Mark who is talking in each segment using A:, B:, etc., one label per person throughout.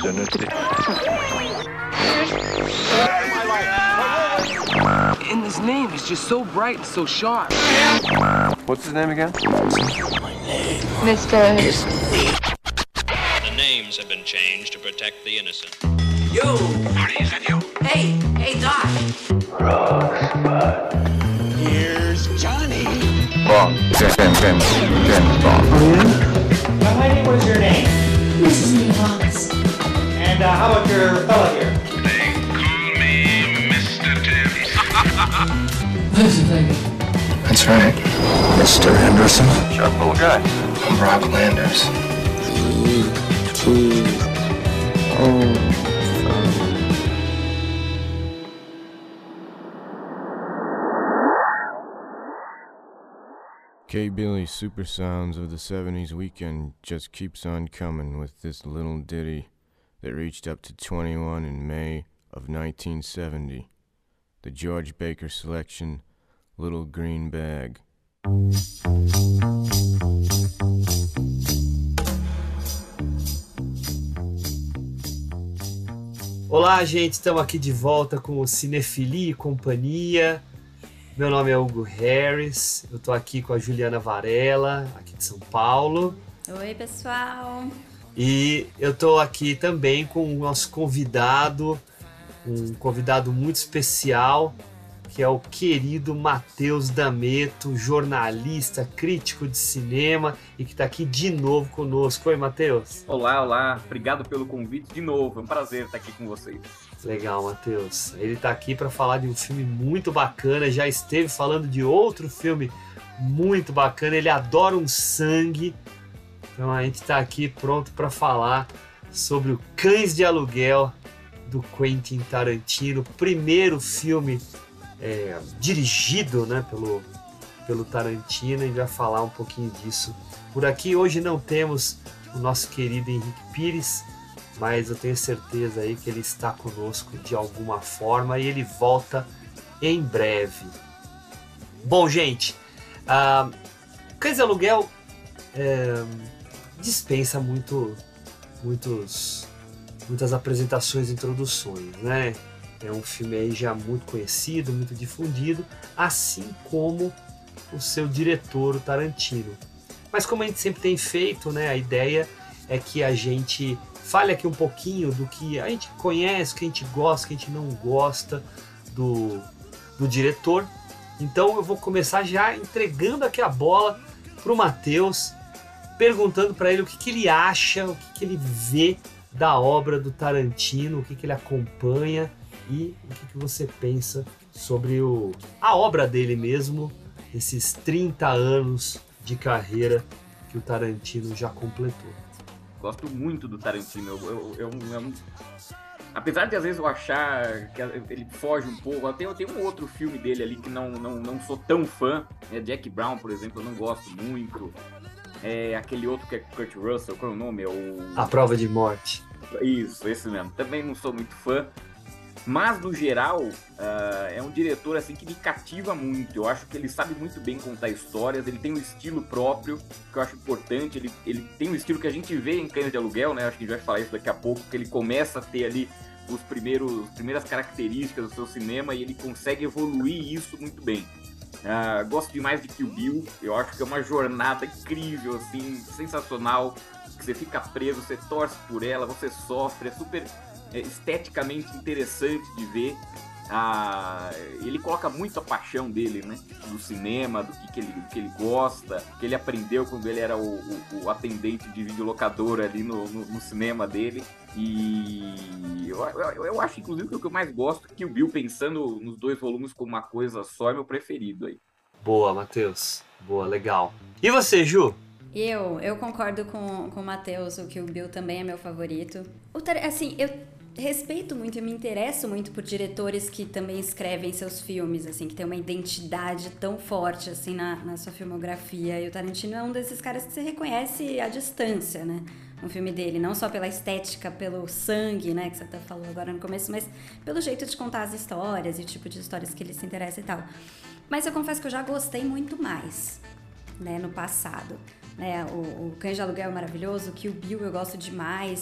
A: vicinity.
B: And his name is just so bright and so sharp.
A: What's his name again?
C: Mr.
D: The names have been changed to protect the innocent.
E: Yo!
A: Marty, is that you?
E: Hey, Doc!
A: Here's Johnny.
F: Bond. James Bond.
G: Young lady, what is your name?
C: Mrs. Nivas.
G: And how about your fella here?
A: They call me Mr. Tibbs.
C: This is like
F: That's right. Mr. Henderson.
A: Sharp little guy.
F: I'm Brock Landers.
H: K-Billy's super sounds of the 70s weekend just keeps on coming with this little ditty that reached up to 21 in May of 1970. The George Baker selection, Little Green Bag.
I: Olá, gente, estamos aqui de volta com o Cinefilia e Companhia. Meu nome é Hugo Harris, eu tô aqui com a Juliana Varela, aqui de São Paulo.
J: Oi, pessoal!
I: E eu tô aqui também com o nosso convidado, um convidado muito especial, que é o querido Matheus D'Ameto, jornalista, crítico de cinema e que tá aqui de novo conosco. Oi, Matheus!
K: Olá, obrigado pelo convite de novo, é um prazer estar aqui com vocês.
I: Legal, Matheus. Ele tá aqui para falar de um filme muito bacana, já esteve falando de outro filme muito bacana, ele adora um sangue, então a gente tá aqui pronto para falar sobre o Cães de Aluguel do Quentin Tarantino, primeiro filme dirigido, né, pelo Tarantino, e vai falar um pouquinho disso por aqui. Hoje não temos o nosso querido Henrique Pires, mas eu tenho certeza aí que ele está conosco de alguma forma e ele volta em breve. Bom, gente, Cães de Aluguel dispensa muitas apresentações e introduções, né? É um filme aí já muito conhecido, muito difundido, assim como o seu diretor, o Tarantino. Mas como a gente sempre tem feito, né, a ideia é que a gente fale aqui um pouquinho do que a gente conhece, o que a gente gosta, o que a gente não gosta do diretor. Então eu vou começar já entregando aqui a bola para o Matheus, perguntando para ele o que ele acha, o que ele vê da obra do Tarantino, o que ele acompanha e o que você pensa sobre a obra dele mesmo, esses 30 anos de carreira que o Tarantino já completou.
K: Gosto muito do Tarantino. Apesar de às vezes eu achar que ele foge um pouco, eu tenho um outro filme dele ali que não sou tão fã, Jack Brown, por exemplo, eu não gosto muito. Aquele outro que é Kurt Russell, qual é o nome?
I: A Prova de Morte.
K: Isso, esse mesmo. Também não sou muito fã. Mas, no geral, é um diretor assim, que me cativa muito. Eu acho que ele sabe muito bem contar histórias, ele tem um estilo próprio, que eu acho importante. Ele tem um estilo que a gente vê em Cães de Aluguel, né? Acho que a gente vai falar isso daqui a pouco, que ele começa a ter ali as primeiras características do seu cinema e ele consegue evoluir isso muito bem. Gosto demais de Kill Bill, eu acho que é uma jornada incrível, assim, sensacional, que você fica preso, você torce por ela, você sofre, é super esteticamente interessante de ver. Ele coloca muito a paixão dele, né, do cinema, do que ele gosta, que ele aprendeu quando ele era o atendente de videolocadora ali no cinema dele. E eu acho, inclusive, que o que eu mais gosto, que o Bill, pensando nos 2 volumes como uma coisa só, é meu preferido aí.
I: Boa, Matheus. Boa, legal. E você, Ju?
J: Eu concordo com o Matheus, o que o Bill também é meu favorito. Assim, eu respeito muito e me interesso muito por diretores que também escrevem seus filmes, assim, que tem uma identidade tão forte, assim, na sua filmografia. E o Tarantino é um desses caras que você reconhece à distância, né? Um filme dele, não só pela estética, pelo sangue, né, que você até falou agora no começo, mas pelo jeito de contar as histórias e o tipo de histórias que ele se interessa e tal. Mas eu confesso que eu já gostei muito mais, né, no passado. Né, o Cães de Aluguel é maravilhoso, o Kill Bill eu gosto demais,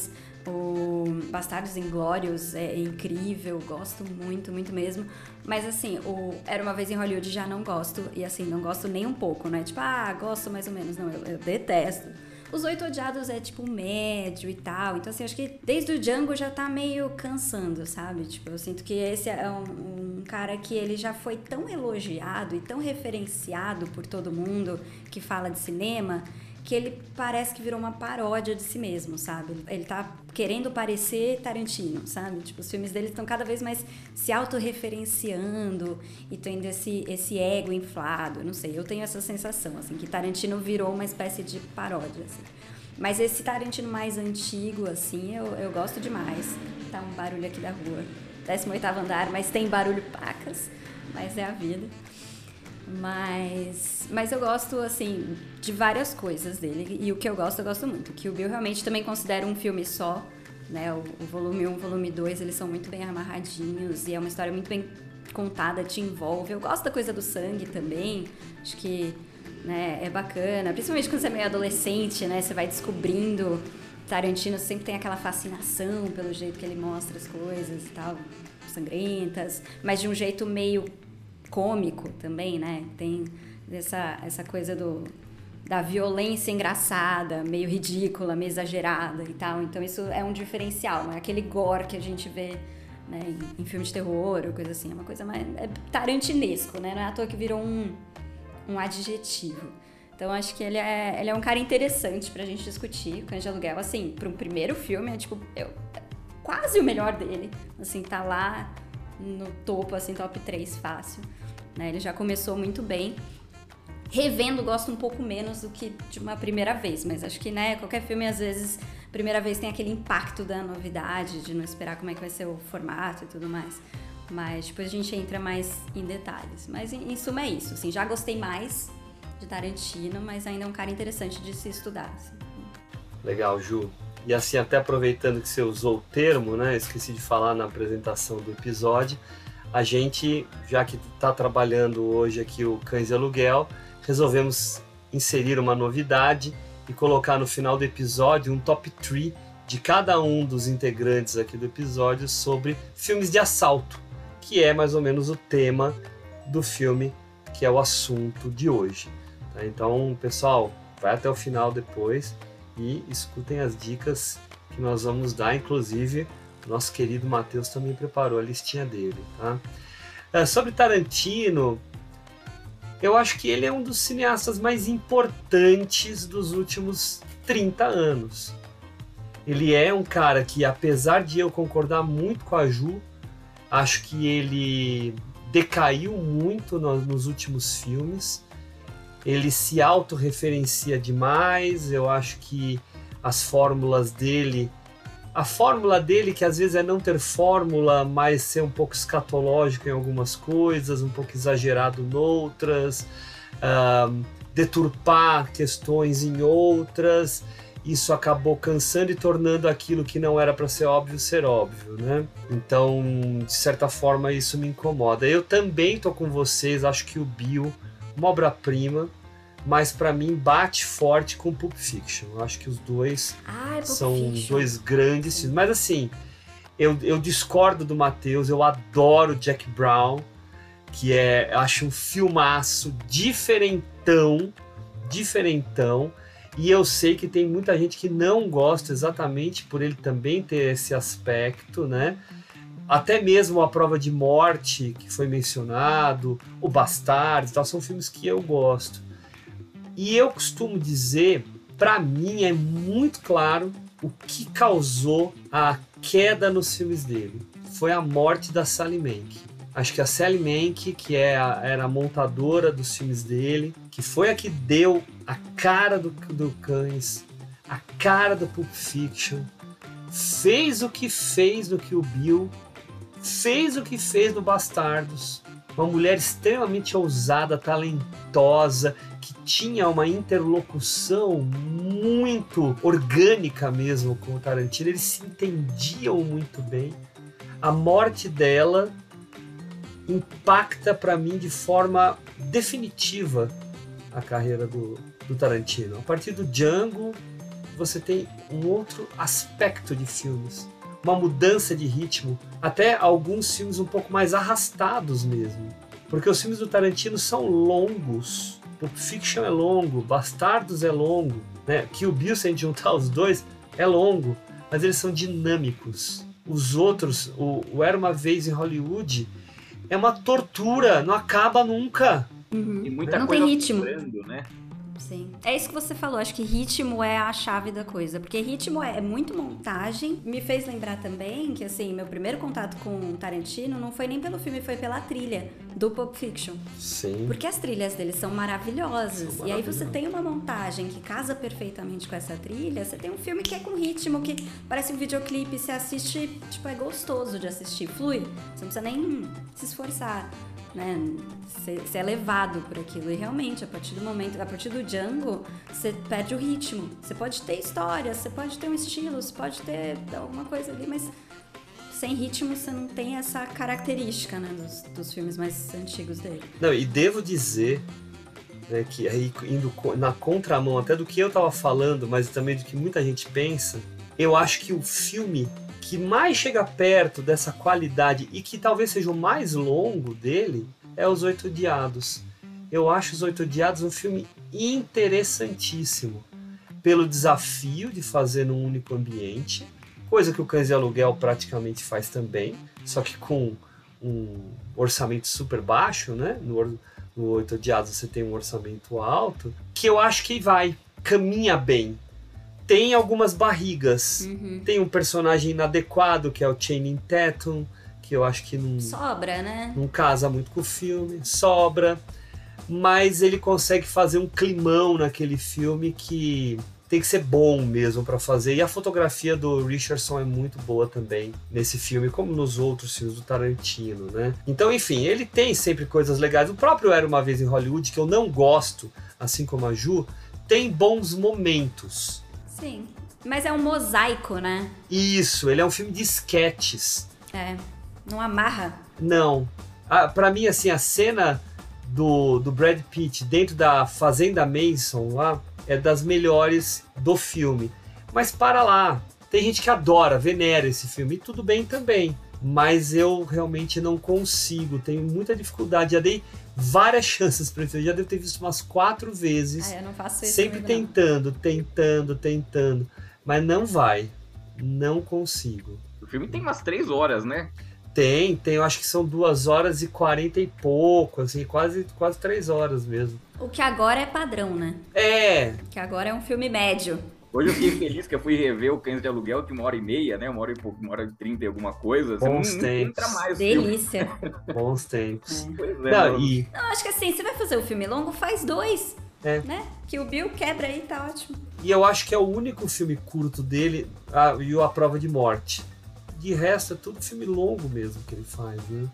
J: O Bastardos Inglórios é incrível, gosto muito, muito mesmo. Mas assim, o Era Uma Vez em Hollywood já não gosto. E assim, não gosto nem um pouco, né? Tipo, gosto mais ou menos. Não, eu detesto. Os Oito Odiados é tipo médio e tal. Então assim, acho que desde o Django já tá meio cansando, sabe? Tipo, eu sinto que esse é um cara que ele já foi tão elogiado e tão referenciado por todo mundo que fala de cinema, que ele parece que virou uma paródia de si mesmo, sabe? Ele tá querendo parecer Tarantino, sabe? Tipo, os filmes dele estão cada vez mais se autorreferenciando e tendo esse ego inflado. Eu não sei, eu tenho essa sensação, assim, que Tarantino virou uma espécie de paródia, assim. Mas esse Tarantino mais antigo, assim, eu gosto demais. Tá um barulho aqui da rua. 18º andar, mas tem barulho pacas, mas é a vida. Mas eu gosto, assim, de várias coisas dele. E o que eu gosto muito. Que o Bill realmente também considera um filme só, né? O volume 1, volume 2, eles são muito bem amarradinhos. E é uma história muito bem contada, te envolve. Eu gosto da coisa do sangue também. Acho que, né, é bacana. Principalmente quando você é meio adolescente, né? Você vai descobrindo. Tarantino sempre tem aquela fascinação pelo jeito que ele mostra as coisas e tal. Sangrentas. Mas de um jeito meio cômico também, né? Tem essa coisa da violência engraçada, meio ridícula, meio exagerada e tal. Então isso é um diferencial, não é aquele gore que a gente vê, né, em filme de terror ou coisa assim. É uma coisa mais tarantinesco, né? Não é à toa que virou um adjetivo. Então acho que ele é um cara interessante pra gente discutir. O Cães de Aluguel, assim, para um primeiro filme, é tipo, quase o melhor dele. Assim, tá lá no topo, assim, top 3 fácil, né? Ele já começou muito bem. Revendo, gosto um pouco menos do que de uma primeira vez, mas acho que, né, qualquer filme, às vezes, primeira vez tem aquele impacto da novidade, de não esperar como é que vai ser o formato e tudo mais. Mas depois a gente entra mais em detalhes. Mas, em suma, é isso. Assim, já gostei mais de Tarantino, mas ainda é um cara interessante de se estudar, assim.
I: Legal, Ju. E assim, até aproveitando que você usou o termo, né, esqueci de falar na apresentação do episódio, a gente, já que está trabalhando hoje aqui o Cães de Aluguel, resolvemos inserir uma novidade e colocar no final do episódio um top 3 de cada um dos integrantes aqui do episódio sobre filmes de assalto, que é mais ou menos o tema do filme, que é o assunto de hoje. Tá? Então, pessoal, vai até o final depois e escutem as dicas que nós vamos dar. Inclusive, o nosso querido Matheus também preparou a listinha dele. Tá? Sobre Tarantino, eu acho que ele é um dos cineastas mais importantes dos últimos 30 anos. Ele é um cara que, apesar de eu concordar muito com a Ju, acho que ele decaiu muito nos últimos filmes. Ele se autorreferencia demais. Eu acho que as fórmulas dele... A fórmula dele, que às vezes é não ter fórmula, mas ser um pouco escatológico em algumas coisas, um pouco exagerado noutras, deturpar questões em outras. Isso acabou cansando e tornando aquilo que não era para ser óbvio, né? Então, de certa forma, isso me incomoda. Eu também tô com vocês, acho que o Bill, uma obra-prima, mas para mim bate forte com Pulp Fiction. Eu acho que os dois são dois grandes filmes. Mas assim, eu discordo do Matheus, eu adoro Jack Brown, que acho um filmaço diferentão, e eu sei que tem muita gente que não gosta exatamente por ele também ter esse aspecto, né? Até mesmo A Prova de Morte, que foi mencionado, O Bastardos, tal, são filmes que eu gosto. E eu costumo dizer, para mim é muito claro o que causou a queda nos filmes dele. Foi a morte da Sally Menke. Acho que a Sally Menke, que era a montadora dos filmes dele, que foi a que deu a cara do Cães, a cara do Pulp Fiction, fez o que fez no Kill Bill, fez o que fez no Bastardos. Uma mulher extremamente ousada, talentosa, que tinha uma interlocução muito orgânica mesmo com o Tarantino. Eles se entendiam muito bem. A morte dela impacta para mim de forma definitiva a carreira do Tarantino. A partir do Django, você tem um outro aspecto de filmes. Uma mudança de ritmo, até alguns filmes um pouco mais arrastados mesmo. Porque os filmes do Tarantino são longos. Pulp Fiction é longo, Bastardos é longo, né? Kill Bill, se a gente juntar os dois, é longo, mas eles são dinâmicos. Os outros, o Era Uma Vez em Hollywood, é uma tortura, não acaba nunca.
K: E muita
J: Não
K: coisa
J: tem ritmo.
K: sobrando, né?
J: Sim. É isso que você falou, acho que ritmo é a chave da coisa, porque ritmo é muito montagem. Me fez lembrar também que, assim, meu primeiro contato com Tarantino não foi nem pelo filme, foi pela trilha do Pulp Fiction.
I: Sim.
J: Porque as trilhas dele são maravilhosas. E aí você tem uma montagem que casa perfeitamente com essa trilha, você tem um filme que é com ritmo, que parece um videoclipe, você assiste, tipo, é gostoso de assistir, flui. Você não precisa nem se esforçar, né? Você é levado por aquilo. E realmente, a partir do Django, você perde o ritmo. Você pode ter história, você pode ter um estilo, você pode ter alguma coisa ali, mas sem ritmo você não tem essa característica, né, dos filmes mais antigos dele.
I: Não, e devo dizer, né, que aí indo na contramão até do que eu tava falando, mas também do que muita gente pensa, eu acho que o filme que mais chega perto dessa qualidade e que talvez seja o mais longo dele é Os Oito Odiados. Eu acho Os Oito Odiados um filme interessantíssimo pelo desafio de fazer num único ambiente, coisa que o Cães de Aluguel praticamente faz também, só que com um orçamento super baixo, né? No Oito Odiados você tem um orçamento alto, que eu acho que caminha bem. Tem algumas barrigas. Tem um personagem inadequado, que é o Channing Tatum, que eu acho que não...
J: Sobra, né?
I: Não casa muito com o filme. Sobra. Mas ele consegue fazer um climão naquele filme que tem que ser bom mesmo pra fazer. E a fotografia do Richardson é muito boa também nesse filme, como nos outros filmes do Tarantino, né? Então, enfim, ele tem sempre coisas legais. O próprio Era Uma Vez em Hollywood, que eu não gosto, assim como a Ju, tem bons momentos.
J: Sim, mas é um mosaico, né?
I: Isso, ele é um filme de sketches.
J: É, não amarra.
I: Não. Pra mim, assim, a cena do Brad Pitt dentro da Fazenda Manson lá é das melhores do filme. Mas para lá, tem gente que adora, venera esse filme, e tudo bem também. Mas eu realmente não consigo, tenho muita dificuldade. Já dei várias chances para esse filme, já devo ter visto umas 4 vezes.
J: Eu não faço isso.
I: Sempre tentando, mas não vai. Não consigo.
K: O filme tem umas 3 horas, né?
I: Tem, eu acho que são 2 horas e 40 e pouco, assim, quase 3 horas mesmo.
J: O que agora é padrão, né?
I: É.
J: Que agora é um filme médio.
K: Hoje eu fiquei feliz que eu fui rever o Cães de Aluguel de 1h30, né? 1h30 e alguma coisa.
I: Bons
K: Você
I: tempos.
K: não entra mais.
J: Delícia.
I: Bons tempos.
K: Pois é,
I: Não,
J: Não, acho que assim, você vai fazer um filme longo, faz 2.
I: É.
J: Né? Que o Bill quebra aí, tá ótimo.
I: E eu acho que é o único filme curto dele, e o A Prova de Morte. De resto, é tudo filme longo mesmo que ele faz, né?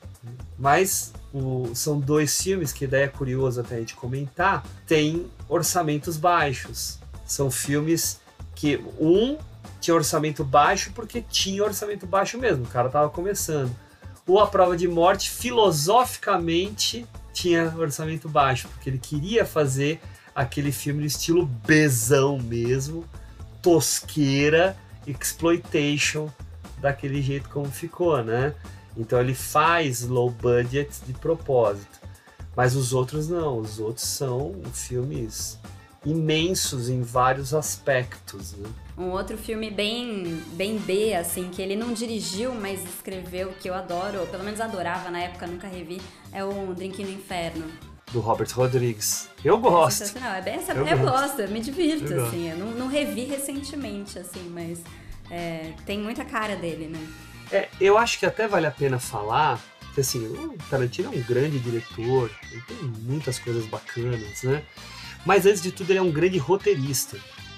I: Mas são 2 filmes que daí é curioso até a gente comentar, tem orçamentos baixos. São filmes que tinha orçamento baixo porque tinha orçamento baixo mesmo, o cara tava começando. O A Prova de Morte, filosoficamente, tinha orçamento baixo, porque ele queria fazer aquele filme no estilo Bzão mesmo, tosqueira, exploitation, daquele jeito como ficou, né? Então ele faz low budget de propósito. Mas os outros não, os outros são filmes imensos em vários aspectos, né?
J: Um outro filme bem B, assim, que ele não dirigiu, mas escreveu, que eu adoro, ou pelo menos adorava na época, nunca revi, é o Drink no Inferno.
I: Do Robert Rodrigues. Eu gosto.
J: Sensacional, é bem essa...
I: Eu
J: gosto, eu me divirto,
I: Eu
J: assim. Eu não revi recentemente, assim, mas tem muita cara dele, né?
I: Eu acho que até vale a pena falar que, assim, o Tarantino é um grande diretor, ele tem muitas coisas bacanas, né? Mas, antes de tudo, ele é um grande roteirista.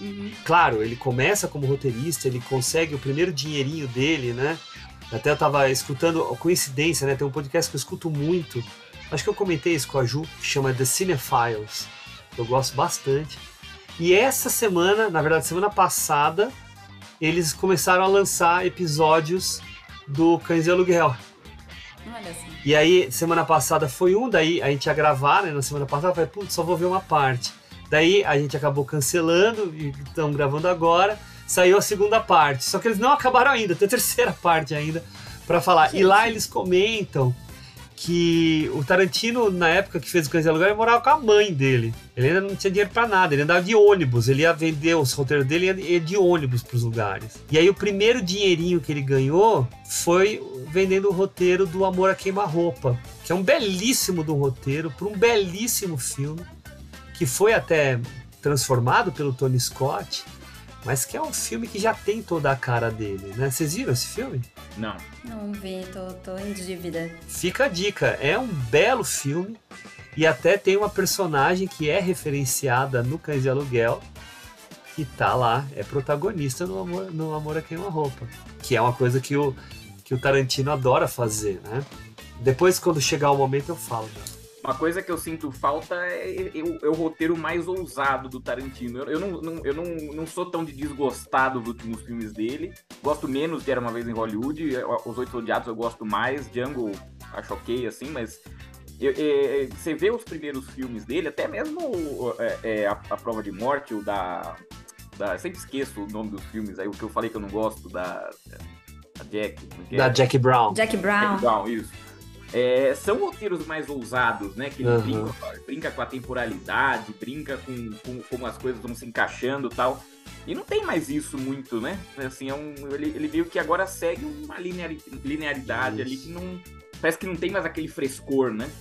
I: Claro, ele começa como roteirista, ele consegue o primeiro dinheirinho dele, né? Até eu tava escutando, coincidência, né? Tem um podcast que eu escuto muito, acho que eu comentei isso com a Ju, que chama The Cinephiles, que eu gosto bastante. E essa semana, na verdade, semana passada, eles começaram a lançar episódios do Cães de Aluguel.
J: Olha assim.
I: E aí, semana passada foi daí a gente ia gravar, né? Na semana passada, eu falei, putz, só vou ver uma parte. Daí a gente acabou cancelando e estamos gravando agora. saiu a segunda parte. Só que eles não acabaram ainda, tem a terceira parte ainda pra falar. Gente. E lá eles comentam que o Tarantino, na época que fez o Cães de Aluguel, ele morava com a mãe dele. Ele ainda não tinha dinheiro pra nada, ele andava de ônibus, ele ia vender os roteiros dele e ia de ônibus pros lugares. E aí o primeiro dinheirinho que ele ganhou foi vendendo o roteiro do Amor a Queima-Roupa, que é um belíssimo do roteiro, para um belíssimo filme, que foi até transformado pelo Tony Scott, mas que é um filme que já tem toda a cara dele, né? Vocês viram esse filme?
K: Não.
J: Não vi, tô em dívida.
I: Fica a dica, é um belo filme e até tem uma personagem que é referenciada no Cães de Aluguel, que tá lá, é protagonista no Amor a Queima-Roupa, que é uma coisa que o Tarantino adora fazer, né? Depois, quando chegar o momento, eu falo.
K: Uma coisa que eu sinto falta é o roteiro mais ousado do Tarantino. Eu não sou tão de desgostar dos últimos filmes dele. Gosto menos de Era Uma Vez em Hollywood. Os Oito Odiados eu gosto mais. Django acho ok, assim, mas... você vê os primeiros filmes dele, até mesmo a Prova de Morte, o da... Sempre esqueço o nome dos filmes. Aí o que eu falei que eu não gosto, da Jack...
I: Da Jackie Brown.
J: Jackie Brown,
K: isso. São roteiros mais ousados, né? Que ele brinca com a temporalidade, brinca com como as coisas vão se encaixando e tal. E não tem mais isso muito, né? Assim, ele meio que agora segue uma linearidade ali que não... Parece que não tem mais aquele frescor, né?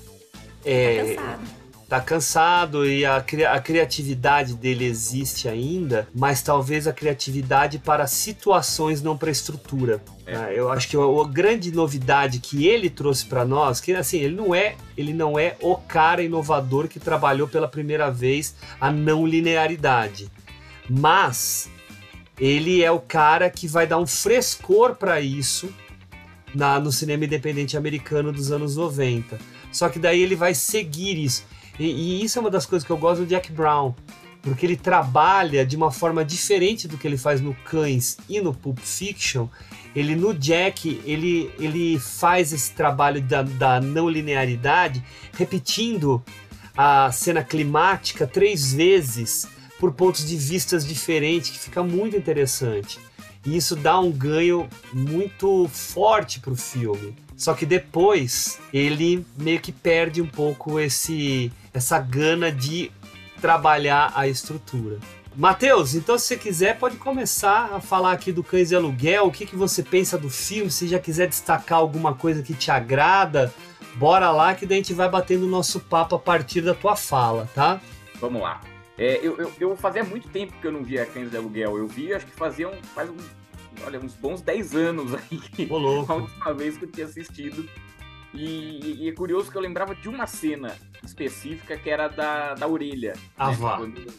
I: Tá cansado e a criatividade dele existe ainda, mas talvez a criatividade para situações, não para estrutura. Eu acho que a grande novidade que ele trouxe para nós, que assim, ele não é o cara inovador que trabalhou pela primeira vez a não linearidade, mas ele é o cara que vai dar um frescor para isso no cinema independente americano dos anos 90. Só que daí ele vai seguir isso. E isso é uma das coisas que eu gosto do Jack Brown, porque ele trabalha de uma forma diferente do que ele faz no Cães e no Pulp Fiction. No Jack, ele faz esse trabalho da não linearidade, repetindo a cena climática 3 vezes, por pontos de vistas diferentes, que fica muito interessante. E isso dá um ganho muito forte pro filme. Só que depois ele meio que perde um pouco essa gana de trabalhar a estrutura. Matheus, então se você quiser pode começar a falar aqui do Cães de Aluguel, o que você pensa do filme, se já quiser destacar alguma coisa que te agrada, bora lá que daí a gente vai batendo o nosso papo a partir da tua fala, tá?
K: Vamos lá. Eu fazia muito tempo que eu não via Cães de Aluguel, eu vi, acho que faz uns bons 10 anos aí, a última vez que eu tinha assistido. E é curioso que eu lembrava de uma cena específica que era da orelha.
I: Vá.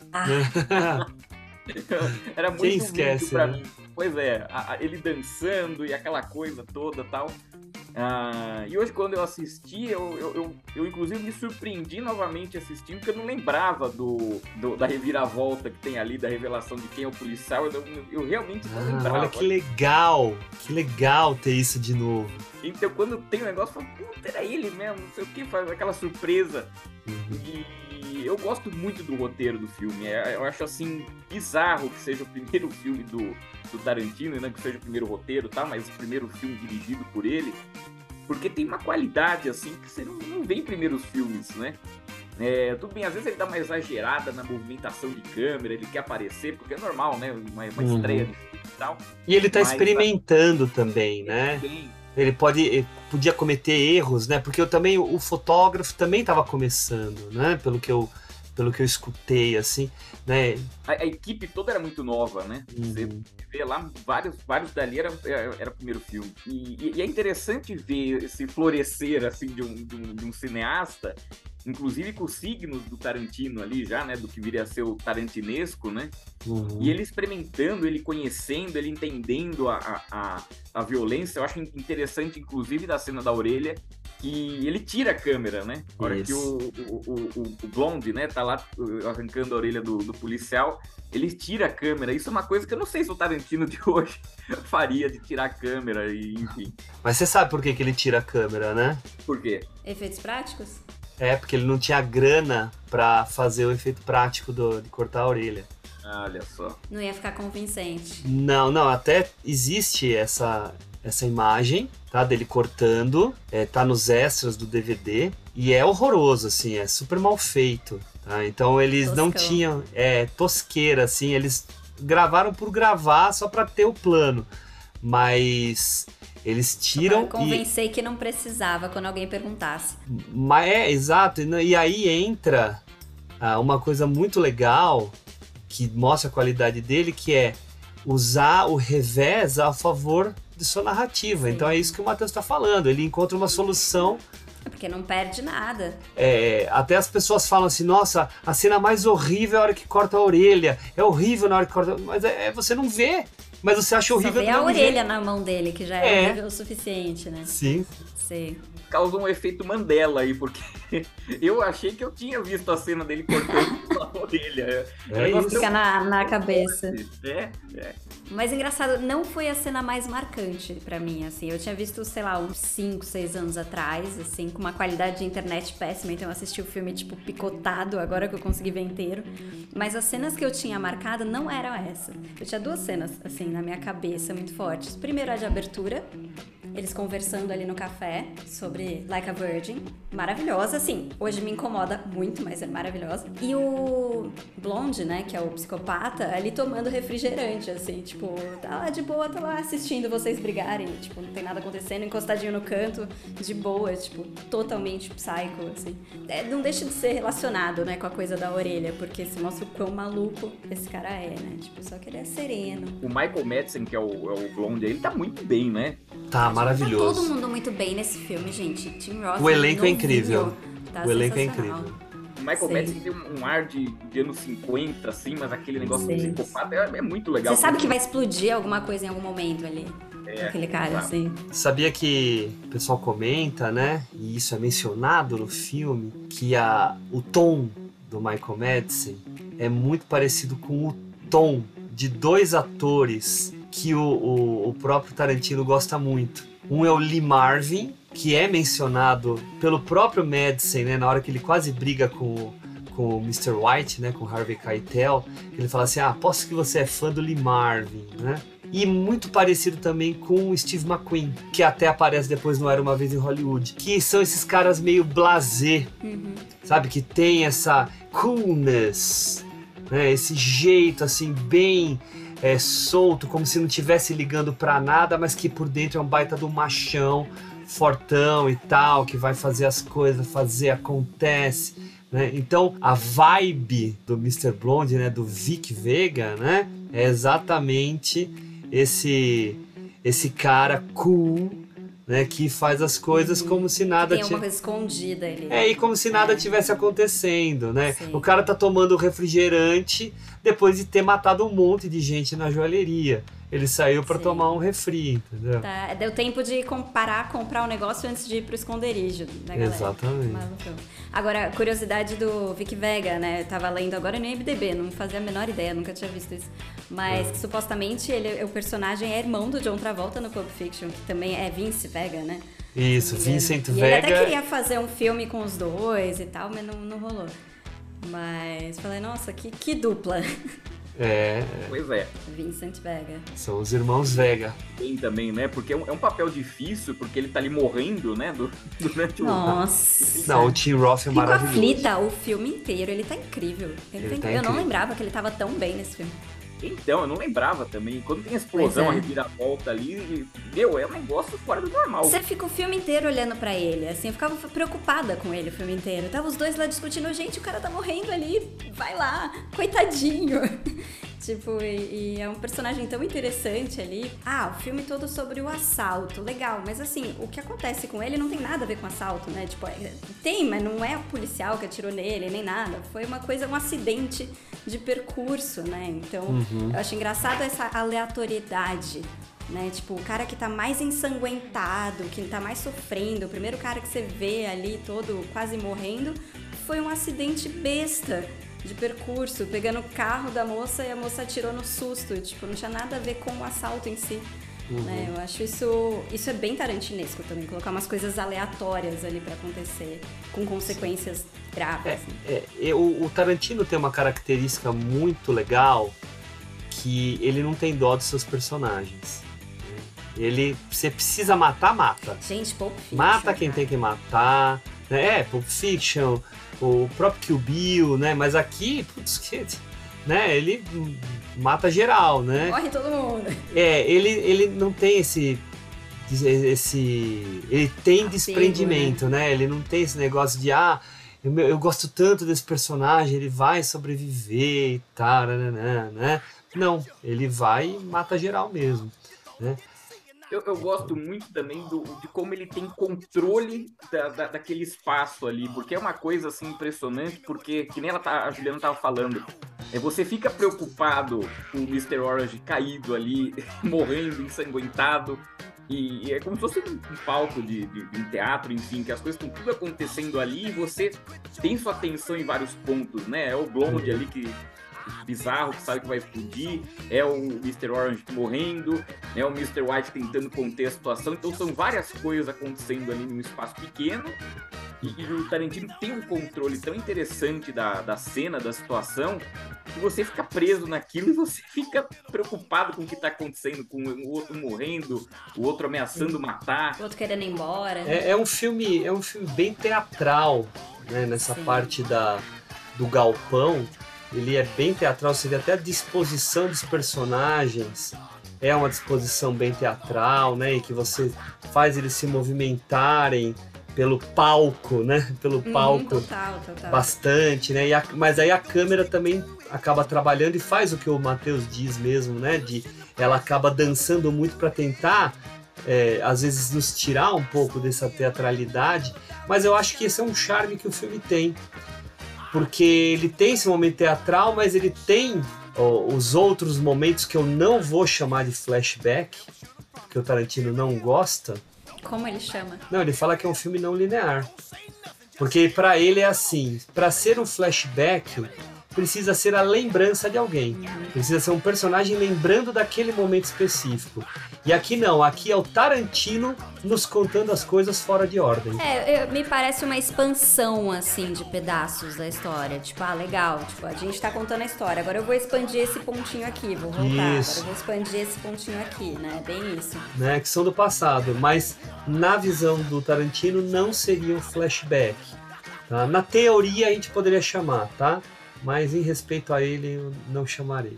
K: Era muito
I: Quem esquece,
K: pra
I: né?
K: mim. Pois é, ele dançando e aquela coisa toda e tal. E hoje, quando eu assisti, eu inclusive me surpreendi novamente assistindo, porque eu não lembrava da reviravolta que tem ali, da revelação de quem é o policial. Eu realmente não lembrava.
I: Olha que legal ter isso de novo.
K: Então, quando tem um negócio, eu falo, puta, era ele mesmo, não sei o que, faz aquela surpresa. E eu gosto muito do roteiro do filme. Eu acho, assim, bizarro que seja o primeiro filme do Tarantino, né, que seja o primeiro roteiro, tá? Mas o primeiro filme dirigido por ele, porque tem uma qualidade, assim, que você não vê em primeiros filmes, né? Tudo bem, às vezes ele dá uma exagerada na movimentação de câmera, ele quer aparecer, porque é normal, né? Uma estreia de filme e tal.
I: E ele tá experimentando também, né? Ele podia cometer erros, né? Porque o fotógrafo também estava começando, né? Pelo que eu escutei, assim, né?
K: A equipe toda era muito nova, né? Você vê lá, vários dali era o primeiro filme. E é interessante ver esse florescer, assim, de um cineasta, inclusive com os signos do Tarantino ali já, né? Do que viria a ser o tarantinesco, né? E ele experimentando, ele conhecendo, ele entendendo a violência. Eu acho interessante, inclusive, da cena da orelha, que ele tira a câmera, né? Na hora que o Blonde, né, tá lá arrancando a orelha do policial, ele tira a câmera. Isso é uma coisa que eu não sei se o Tarantino de hoje faria, de tirar a câmera, e enfim.
I: Mas você sabe por que ele tira a câmera, né?
K: Por quê?
J: Efeitos práticos?
I: Porque ele não tinha grana pra fazer o efeito prático de cortar a orelha.
K: Olha só.
J: Não ia ficar convincente.
I: Não, até existe essa imagem, tá? Dele cortando, tá nos extras do DVD, e é horroroso, assim, é super mal feito, tá? Então eles
J: Toscão.
I: não tinham, tosqueira, assim, eles gravaram por gravar só pra ter o plano, mas eles tiram
J: Pra convencer que não precisava quando alguém perguntasse.
I: Mas exato, e aí entra uma coisa muito legal, que mostra a qualidade dele, que é usar o revés a favor de sua narrativa.
J: Sim.
I: Então é isso que o Matheus está falando, ele encontra uma solução.
J: É porque não perde nada.
I: Até as pessoas falam assim, nossa, a cena mais horrível é a hora que corta a orelha, é horrível na hora que corta, mas você não vê, mas você acha horrível.
J: Só vê a orelha na mão dele, que já é horrível o suficiente, né?
I: Sim.
J: Sim.
K: Causou um efeito Mandela aí, porque eu achei que eu tinha visto a cena dele cortando a orelha.
I: Isso.
J: Fica na cabeça.
K: É.
J: Mas engraçado, não foi a cena mais marcante pra mim, assim. Eu tinha visto, sei lá, uns 5, 6 anos atrás, assim, com uma qualidade de internet péssima, então eu assisti o filme, tipo, picotado, agora que eu consegui ver inteiro. Mas as cenas que eu tinha marcado não eram essa. Eu tinha 2 cenas, assim, na minha cabeça, muito fortes. Primeiro, a de abertura, eles conversando ali no café sobre Like a Virgin. Maravilhosa, assim. Hoje me incomoda muito, mas é maravilhosa. E o Blonde, né, que é o psicopata, ali tomando refrigerante, assim, tipo, tá lá de boa, tá lá assistindo vocês brigarem, tipo, não tem nada acontecendo, encostadinho no canto, de boa, tipo, totalmente psycho, assim. Não deixa de ser relacionado, né, com a coisa da orelha, porque se mostra o quão maluco esse cara é, né, tipo, só que ele é sereno.
K: O Michael Madsen, que é o Blonde, ele tá muito bem, né?
I: Tá maravilhoso.
J: Tá todo mundo muito bem nesse filme, gente. Tim Roth,
I: O elenco é incrível.
J: Tá
I: O elenco é
J: sensacional.
I: incrível.
K: O Michael Madsen tem um ar de anos 50, assim, mas aquele negócio de psicopata é muito legal.
J: Você sabe que vai explodir alguma coisa em algum momento ali. Aquele cara,
K: claro.
J: assim.
I: Sabia que o pessoal comenta, né? E isso é mencionado no filme, que o tom do Michael Madsen é muito parecido com o tom de 2 atores que o próprio Tarantino gosta muito. Um é o Lee Marvin, que é mencionado pelo próprio Madsen, né, na hora que ele quase briga com o Mr. White, né, com o Harvey Keitel, ele fala assim, aposto que você é fã do Lee Marvin, né? E muito parecido também com o Steve McQueen, que até aparece depois no Era Uma Vez em Hollywood, que são esses caras meio blasé, sabe? Que tem essa coolness, né? Esse jeito assim bem solto, como se não estivesse ligando pra nada, mas que por dentro é um baita do machão, fortão e tal, que vai fazer as coisas, acontece, né? Então a vibe do Mr. Blonde, né, do Vic Vega, né, é exatamente esse cara cool, né, que faz as coisas como se nada
J: tem uma coisa escondida ali.
I: e como se nada tivesse acontecendo, né?
J: Sim.
I: O cara tá tomando refrigerante depois de ter matado um monte de gente na joalheria. Ele saiu pra tomar um refri, entendeu?
J: Tá, deu tempo de comprar o negócio antes de ir pro esconderijo da galera.
I: Exatamente.
J: Malucão. Agora, curiosidade do Vic Vega, né? Tava lendo agora no IMDb, não fazia a menor ideia, nunca tinha visto isso. Mas que, supostamente o personagem é irmão do John Travolta no Pulp Fiction, que também é Vince Vega, né?
I: Isso, Vincent
J: e
I: Vega.
J: ele até queria fazer um filme com os dois e tal, mas não rolou. Mas falei, nossa, que dupla.
K: Pois é.
J: Vincent Vega.
I: São os irmãos Vega.
K: Tem também, né? Porque é um papel difícil, porque ele tá ali morrendo, né? Durante
J: Nossa.
I: Não, o Tim Roth é maravilhoso.
J: Aflita o filme inteiro, ele tá incrível.
I: Ele tá
J: Eu não
I: incrível.
J: lembrava que ele tava tão bem nesse filme.
K: Então, eu não lembrava também. Quando tem a explosão, a reviravolta ali, é um negócio fora do normal.
J: Você fica o filme inteiro olhando pra ele, assim, eu ficava preocupada com ele o filme inteiro. Tava os dois lá discutindo, gente, o cara tá morrendo ali, vai lá, coitadinho. Tipo, e é um personagem tão interessante ali. O filme todo sobre o assalto, legal. Mas assim, o que acontece com ele não tem nada a ver com assalto, né? Tipo, tem, mas não é o policial que atirou nele, nem nada. Foi um acidente de percurso, né? Então, eu acho engraçado essa aleatoriedade, né? Tipo, o cara que tá mais ensanguentado, que tá mais sofrendo, o primeiro cara que você vê ali todo quase morrendo, foi um acidente besta de percurso, pegando o carro da moça e a moça atirou no susto, tipo, não tinha nada a ver com o assalto em si. Né? Eu acho isso é bem tarantinesco também, colocar umas coisas aleatórias ali pra acontecer, com consequências graves.
I: O Tarantino tem uma característica muito legal, que ele não tem dó dos seus personagens. Você precisa matar, mata.
J: Gente, Pulp Fiction.
I: Mata quem tem que matar. Né? Pulp Fiction, o próprio Kill Bill, né? Mas aqui, né? Ele mata geral, né?
J: Morre todo mundo.
I: Ele não tem esse ele tem desprendimento, né? Ele não tem esse negócio de eu gosto tanto desse personagem, ele vai sobreviver e tal, né? Não, ele vai e mata geral mesmo, né?
K: Eu gosto muito também de como ele tem controle daquele espaço ali, porque é uma coisa assim impressionante, porque, que nem a Juliana estava falando, você fica preocupado com o Mr. Orange caído ali, morrendo, ensanguentado, e é como se fosse um palco de um teatro, enfim, que as coisas estão tudo acontecendo ali e você tem sua atenção em vários pontos, né? É o Blonde ali bizarro, que sabe que vai explodir, é o Mr. Orange morrendo, é o Mr. White tentando conter a situação, então são várias coisas acontecendo ali num espaço pequeno, e o Tarantino tem um controle tão interessante da cena, da situação, que você fica preso naquilo e você fica preocupado com o que está acontecendo, com o outro morrendo, o outro ameaçando matar.
J: O outro querendo ir embora.
I: É um filme bem teatral, né? Nessa parte do galpão. Ele é bem teatral, você vê até a disposição dos personagens, é uma disposição bem teatral, né? E que você faz eles se movimentarem pelo palco, né? Pelo palco
J: total.
I: Bastante, né? Mas aí a câmera também acaba trabalhando e faz o que o Matheus diz mesmo, né? Ela acaba dançando muito para tentar, às vezes, nos tirar um pouco dessa teatralidade, mas eu acho que esse é um charme que o filme tem. Porque ele tem esse momento teatral, mas ele tem os outros momentos que eu não vou chamar de flashback, que o Tarantino não gosta.
J: Como ele chama?
I: Não, ele fala que é um filme não linear. Porque pra ele é assim, pra ser um flashback, precisa ser a lembrança de alguém. Precisa ser um personagem lembrando daquele momento específico. E aqui não, aqui é o Tarantino nos contando as coisas fora de ordem.
J: Me parece uma expansão, assim, de pedaços da história. Tipo, legal, tipo, a gente tá contando a história, agora eu vou expandir esse pontinho aqui, vou voltar,
I: isso.
J: Agora eu vou expandir esse pontinho aqui, né? Bem isso.
I: Né, que são do passado, mas na visão do Tarantino não seria um flashback. Tá? Na teoria a gente poderia chamar, tá? Mas em respeito a ele, eu não chamarei.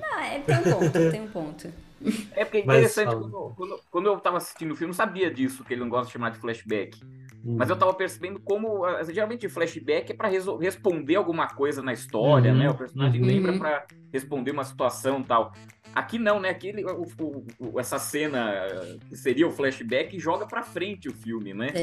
J: Tem um ponto.
K: É porque é interessante, quando eu tava assistindo o filme, eu sabia disso, que ele não gosta de chamar de flashback. Mas eu tava percebendo como, geralmente, flashback é pra responder alguma coisa na história, né? O personagem lembra pra responder uma situação e tal. Aqui não, né? Aqui essa cena que seria o flashback joga pra frente o filme, né?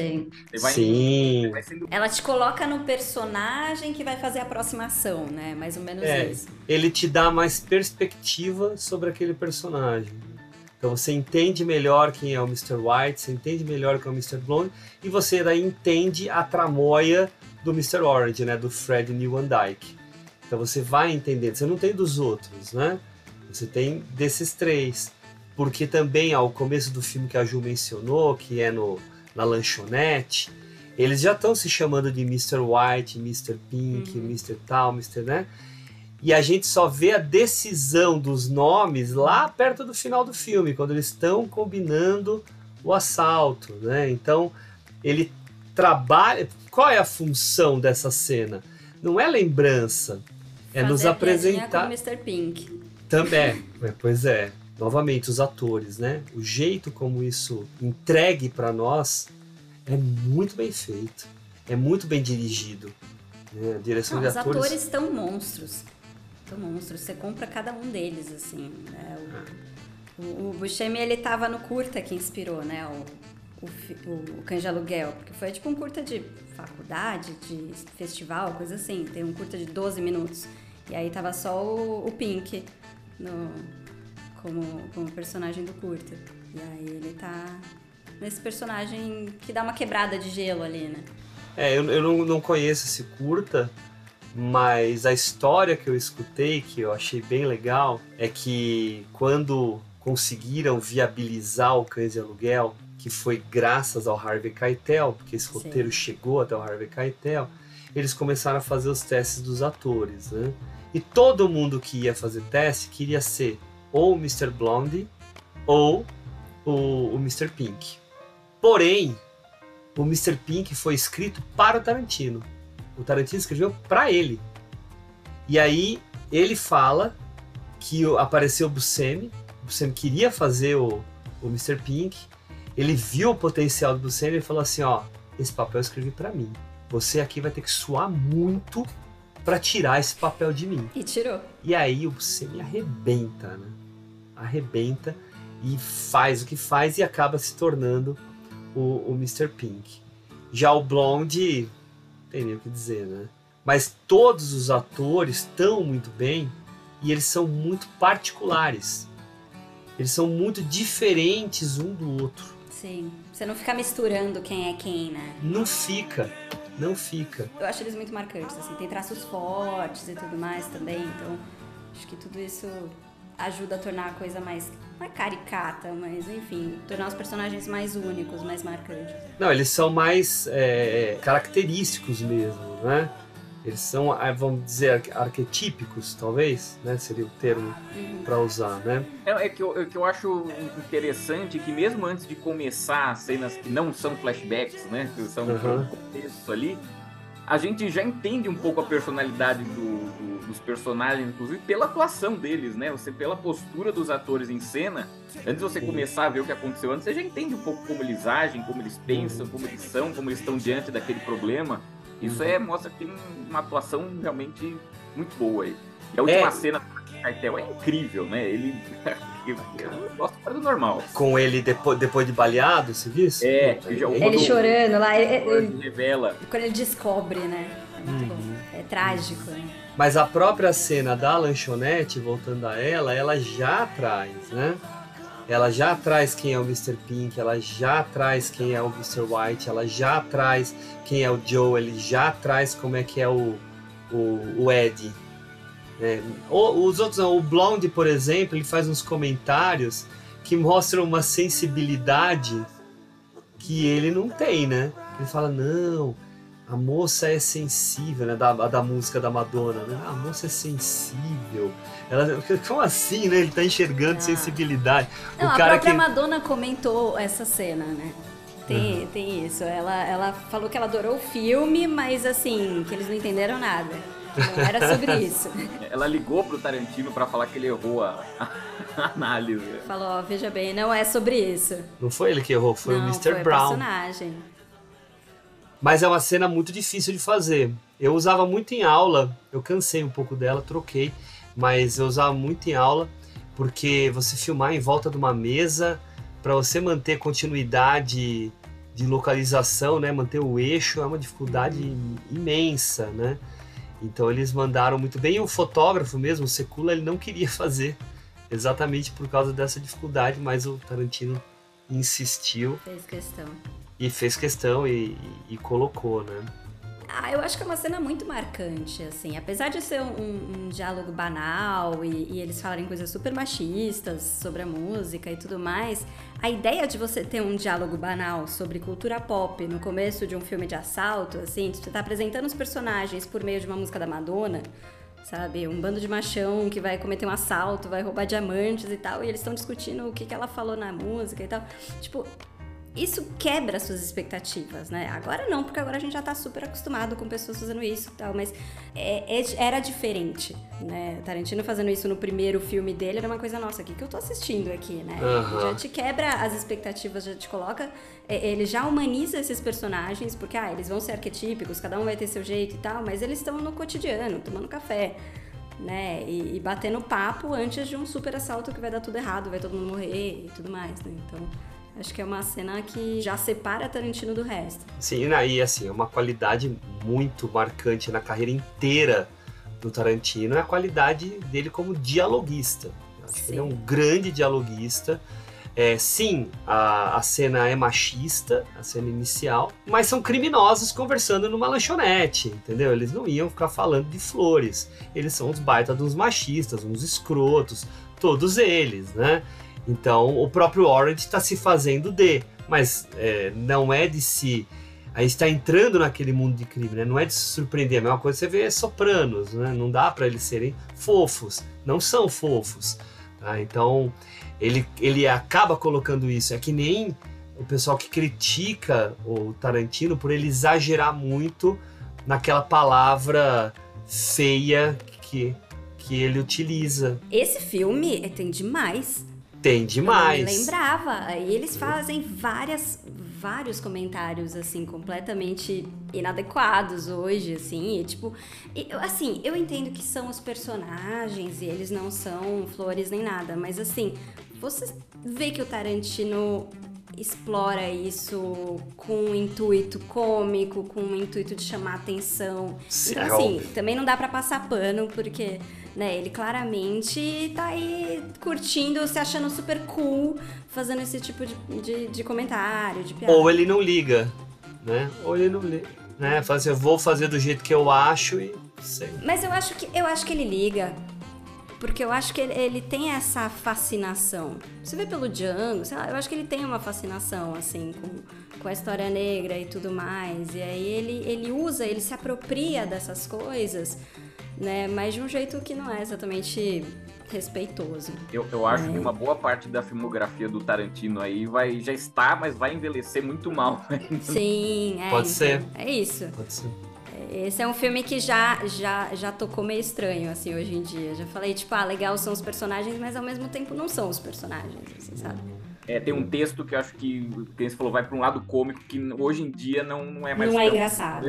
I: Sim.
J: Ela te coloca no personagem que vai fazer a próxima ação, né? Mais ou menos isso.
I: Ele te dá mais perspectiva sobre aquele personagem. Então você entende melhor quem é o Mr. White, você entende melhor quem é o Mr. Blonde, e você daí entende a tramóia do Mr. Orange, né? Do Fred Newandike. Então você vai entendendo. Você não tem dos outros, né? Você tem desses três. Porque também, ao começo do filme que a Ju mencionou, que é na lanchonete, eles já estão se chamando de Mr. White, Mr. Pink, Mr. Tal, Mr. né? E a gente só vê a decisão dos nomes lá perto do final do filme, quando eles estão combinando o assalto, né? Então, ele trabalha... Qual é a função dessa cena? Não é lembrança, é nos apresentar...
J: com o Mr. Pink.
I: Também, pois é. Novamente, os atores, né? O jeito como isso entregue para nós é muito bem feito. É muito bem dirigido. Né? A direção de atores...
J: Os atores estão monstros. Você compra cada um deles, assim. Né? O Buscemi, ele tava no curta que inspirou, né? O Cães de Aluguel. Porque foi tipo um curta de faculdade, de festival, coisa assim. Tem um curta de 12 minutos. E aí tava só o Pink como personagem do curta. E aí ele tá nesse personagem que dá uma quebrada de gelo ali, né?
I: Eu não conheço esse curta, mas a história que eu escutei, que eu achei bem legal, é que quando conseguiram viabilizar o Cães de Aluguel, que foi graças ao Harvey Keitel, porque esse roteiro chegou até o Harvey Keitel, eles começaram a fazer os testes dos atores, né? E todo mundo que ia fazer teste queria ser ou o Mr. Blonde ou o Mr. Pink. Porém, o Mr. Pink foi escrito para o Tarantino. O Tarantino escreveu para ele. E aí ele fala que apareceu o Buscemi queria fazer o Mr. Pink, ele viu o potencial do Buscemi e falou assim, ó, esse papel eu escrevi para mim. Você aqui vai ter que suar muito para tirar esse papel de mim.
J: E tirou.
I: E aí o Buscemi arrebenta, né? Arrebenta e faz o que faz e acaba se tornando o Mr. Pink. Já o Blonde, não tem nem o que dizer, né? Mas todos os atores estão muito bem e eles são muito particulares. Eles são muito diferentes um do outro.
J: Sim. Você não fica misturando quem é quem, né?
I: Não fica.
J: Eu acho eles muito marcantes, assim. Tem traços fortes e tudo mais também. Então, acho que tudo isso ajuda a tornar a coisa mais... Não é caricata, mas enfim, tornar os personagens mais únicos, mais marcantes.
I: Não, eles são mais característicos mesmo, né? Eles são, vamos dizer, arquetípicos, talvez, né? Seria o termo para usar, né?
K: É que eu acho interessante que mesmo antes de começar as cenas que não são flashbacks, né? Que são um contexto ali, a gente já entende um pouco a personalidade dos personagens, inclusive pela atuação deles, né? Pela postura dos atores em cena, antes de você começar a ver o que aconteceu antes, você já entende um pouco como eles agem, como eles pensam, como eles são, como eles estão diante daquele problema. Isso mostra que tem uma atuação realmente muito boa aí. E a última cena do Keitel é incrível, né? Ele... eu gosto do normal.
I: Com ele depois de baleado, você disse?
J: Ele chorando lá.
K: Ele revela.
J: Quando ele descobre, né? É muito bom. É trágico, né?
I: Mas a própria cena da lanchonete, voltando a ela já traz, né? Ela já traz quem é o Mr. Pink, ela já traz quem é o Mr. White, ela já traz quem é o Joe, ele já traz como é que é o Ed. Os outros não, o Blonde, por exemplo, ele faz uns comentários que mostram uma sensibilidade que ele não tem, né? Ele fala, não, a moça é sensível, né? Da música da Madonna, né? A moça é sensível. Como assim, né? Ele tá enxergando sensibilidade.
J: Não, a própria Madonna comentou essa cena, né? Tem isso. Ela falou que ela adorou o filme, mas assim, que eles não entenderam nada. Não era sobre isso.
K: Ela ligou pro Tarantino pra falar que ele errou a análise.
J: Falou, ó, veja bem, não é sobre isso.
I: Não foi ele que errou, foi o Mr.
J: Foi
I: Brown.
J: O personagem.
I: Mas é uma cena muito difícil de fazer. Eu usava muito em aula, eu cansei um pouco dela, troquei, mas eu usava muito em aula, porque você filmar em volta de uma mesa, para você manter continuidade de localização, né, manter o eixo, é uma dificuldade imensa, né? Então eles mandaram muito bem, e o fotógrafo mesmo, o Sekula, ele não queria fazer, exatamente por causa dessa dificuldade, mas o Tarantino insistiu. Fez questão e colocou, né?
J: Eu acho que é uma cena muito marcante, assim. Apesar de ser um diálogo banal e eles falarem coisas super machistas sobre a música e tudo mais, a ideia de você ter um diálogo banal sobre cultura pop no começo de um filme de assalto, assim, você tá apresentando os personagens por meio de uma música da Madonna, sabe? Um bando de machão que vai cometer um assalto, vai roubar diamantes e tal, e eles estão discutindo o que ela falou na música e tal. Tipo... Isso quebra suas expectativas, né? Agora não, porque agora a gente já tá super acostumado com pessoas fazendo isso e tal, mas era diferente, né? Tarantino fazendo isso no primeiro filme dele era uma coisa, nossa, o que eu tô assistindo aqui, né? Já te quebra as expectativas, já te coloca... Ele já humaniza esses personagens, porque eles vão ser arquetípicos, cada um vai ter seu jeito e tal, mas eles estão no cotidiano, tomando café, né? E batendo papo antes de um super assalto que vai dar tudo errado, vai todo mundo morrer e tudo mais, né? Então... Acho que é uma cena que já separa Tarantino do resto. Sim,
I: e assim, é uma qualidade muito marcante na carreira inteira do Tarantino, é a qualidade dele como dialoguista. Acho que ele é um grande dialoguista. Sim, a cena é machista, a cena inicial, mas são criminosos conversando numa lanchonete, entendeu? Eles não iam ficar falando de flores. Eles são uns baita de uns machistas, uns escrotos, todos eles, né? Então, o próprio Orange está se fazendo mas não é de se... A gente está entrando naquele mundo de crime, né? Não é de se surpreender. A mesma coisa você vê Sopranos, né? Não dá para eles serem fofos. Não são fofos. Tá? Então, ele acaba colocando isso. É que nem o pessoal que critica o Tarantino por ele exagerar muito naquela palavra feia que ele utiliza.
J: Esse filme tem demais.
I: Tem demais.
J: Eu não lembrava. E eles fazem vários comentários, assim, completamente inadequados hoje, assim. E, tipo, assim, eu entendo que são os personagens e eles não são flores nem nada. Mas, assim, você vê que o Tarantino explora isso com um intuito cômico, com um intuito de chamar atenção.
I: Sim,
J: então, assim, também não dá pra passar pano, porque... né, ele claramente tá aí curtindo, se achando super cool, fazendo esse tipo de comentário, de piada.
I: Ou ele não liga, né? Ou ele não liga, né? Fala assim, eu vou fazer do jeito que eu acho e sei.
J: Mas eu acho que ele liga, porque eu acho que ele tem essa fascinação. Você vê pelo Django, sei lá, eu acho que ele tem uma fascinação, assim, com a história negra e tudo mais. E aí ele se apropria dessas coisas, né, mas de um jeito que não é exatamente respeitoso.
K: Eu acho que uma boa parte da filmografia do Tarantino aí já está, mas vai envelhecer muito mal.
J: Sim,
I: Pode ser.
J: É isso.
I: Pode ser.
J: Esse é um filme que já tocou meio estranho, assim, hoje em dia. Já falei, tipo, legal são os personagens, mas ao mesmo tempo não são os personagens, assim, sabe?
K: Tem um texto que eu acho que você falou, vai para um lado cômico, que hoje em dia não é mais...
J: Não é engraçado,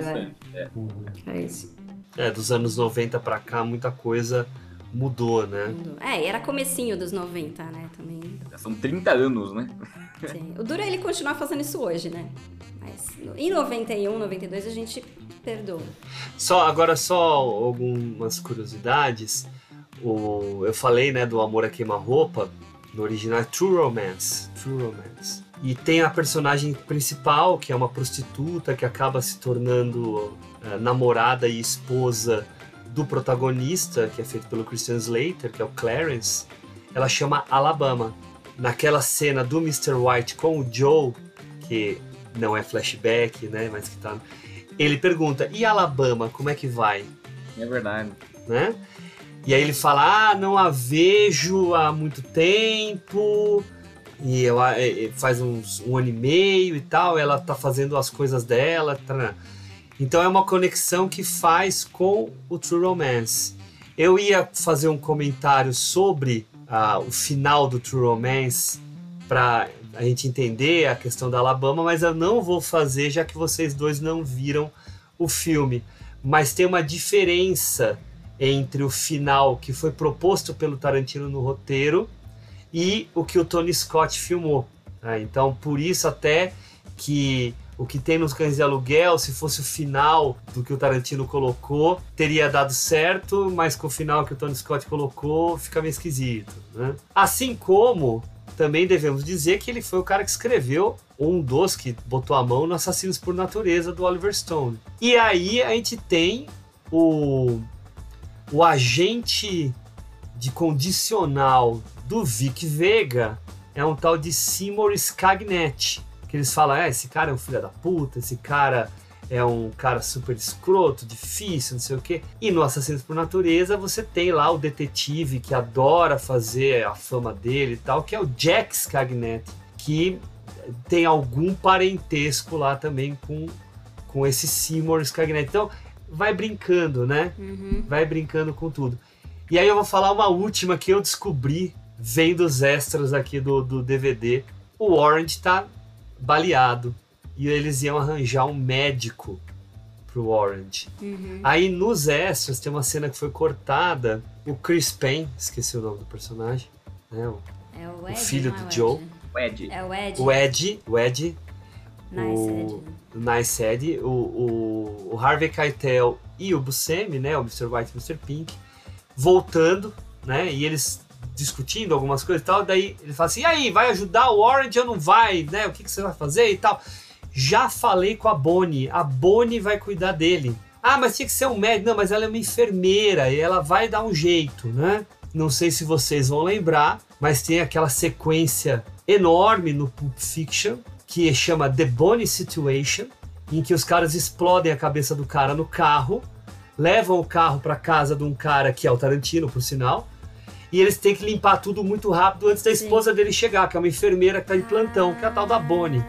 K: É
J: isso.
I: Dos anos 90 pra cá, muita coisa mudou, né?
J: Era comecinho dos 90, né, também.
K: São 30 anos, né?
J: Sim. O duro é ele continuar fazendo isso hoje, né? Mas em 91, 92 a gente perdoa.
I: Agora só algumas curiosidades. Eu falei, né, do Amor a Queima-Roupa, no original é True Romance. E tem a personagem principal, que é uma prostituta que acaba se tornando namorada e esposa do protagonista, que é feito pelo Christian Slater, que é o Clarence. Ela chama Alabama. Naquela cena do Mr. White com o Joe, que não é flashback, né, mas que tá... Ele pergunta, e Alabama, como é que vai?
K: É verdade.
I: Né? E aí ele fala, não a vejo há muito tempo, e faz um ano e meio e tal, ela tá fazendo as coisas dela. Tá. Então é uma conexão que faz com o True Romance. Eu ia fazer um comentário sobre o final do True Romance, para a gente entender a questão da Alabama, mas eu não vou fazer, já que vocês dois não viram o filme. Mas tem uma diferença entre o final que foi proposto pelo Tarantino no roteiro e o que o Tony Scott filmou. Então, por isso até que o que tem nos Cães de Aluguel, se fosse o final do que o Tarantino colocou, teria dado certo, mas com o final que o Tony Scott colocou, fica meio esquisito, né? Assim como também devemos dizer que ele foi o cara que escreveu, um dos que botou a mão no Assassinos por Natureza, do Oliver Stone. E aí a gente tem o agente de condicional do Vic Vega, é um tal de Seymour Skagnet, que eles falam, esse cara é um filho da puta, esse cara é um cara super escroto, difícil, não sei o quê. E no Assassinos por Natureza você tem lá o detetive que adora fazer a fama dele e tal, que é o Jack Skagnet, que tem algum parentesco lá também com esse Seymour Skagnet. Então vai brincando, né? Vai brincando com tudo. E aí eu vou falar uma última que eu descobri vendo os extras aqui do DVD. O Orange tá baleado e eles iam arranjar um médico pro Orange. Aí nos extras tem uma cena que foi cortada. O Chris Pine, esqueci o nome do personagem, né?
J: O Ed,
I: filho do Joe.
K: O Ed.
J: É o Ed.
I: O Ed. Nice Ed. O Harvey Keitel e o Buscemi, né? O Mr. White e o Mr. Pink, voltando, né? E eles discutindo algumas coisas e tal. Daí ele fala assim, e aí, vai ajudar o Orange ou não vai? Né? O que você vai fazer e tal? Já falei com a Bonnie vai cuidar dele. Mas tinha que ser um médico. Não, mas ela é uma enfermeira e ela vai dar um jeito, né? Não sei se vocês vão lembrar, mas tem aquela sequência enorme no Pulp Fiction, que chama The Bonnie Situation, em que os caras explodem a cabeça do cara no carro, levam o carro para casa de um cara que é o Tarantino, por sinal, e eles têm que limpar tudo muito rápido antes da esposa dele chegar, que é uma enfermeira que tá de plantão, que é a tal da Bonnie.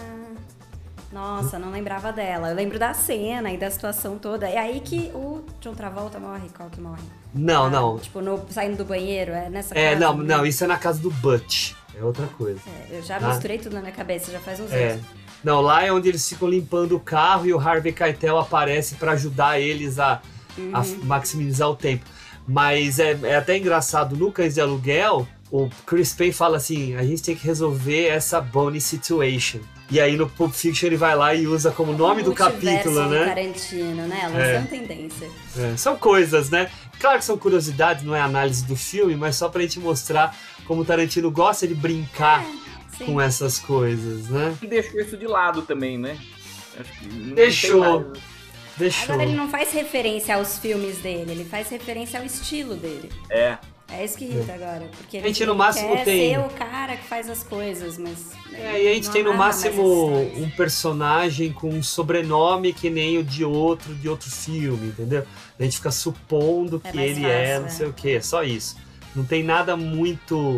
J: Nossa, não lembrava dela. Eu lembro da cena e da situação toda. É aí que o John Travolta morre? Qual que morre?
I: Não.
J: Tipo, saindo do banheiro? É nessa
I: casa?
J: Não,
I: isso é na casa do Butch. É outra coisa.
J: Eu já misturei tudo na minha cabeça, já faz uns anos.
I: Não, lá é onde eles ficam limpando o carro e o Harvey Keitel aparece para ajudar eles a maximizar o tempo. Mas é até engraçado, no Cães de Aluguel, o Chris Payne fala assim, a gente tem que resolver essa Bonnie Situation. E aí no Pulp Fiction ele vai lá e usa como nome do capítulo, né?
J: Tarantino, né? Lançando tendência.
I: São coisas, né? Claro que são curiosidades, não é análise do filme, mas só pra gente mostrar como o Tarantino gosta de brincar com essas coisas, né?
K: E deixou isso de lado também, né? Acho que
I: Deixou.
J: Agora ele não faz referência aos filmes dele, ele faz referência ao estilo dele. É isso que irrita agora, porque ele,
I: no máximo
J: quer
I: tem...
J: ser o cara que faz as coisas, mas...
I: e a gente tem no máximo um personagem com um sobrenome que nem o de outro filme, entendeu? A gente fica supondo que ele fácil, não sei o que, só isso. Não tem nada muito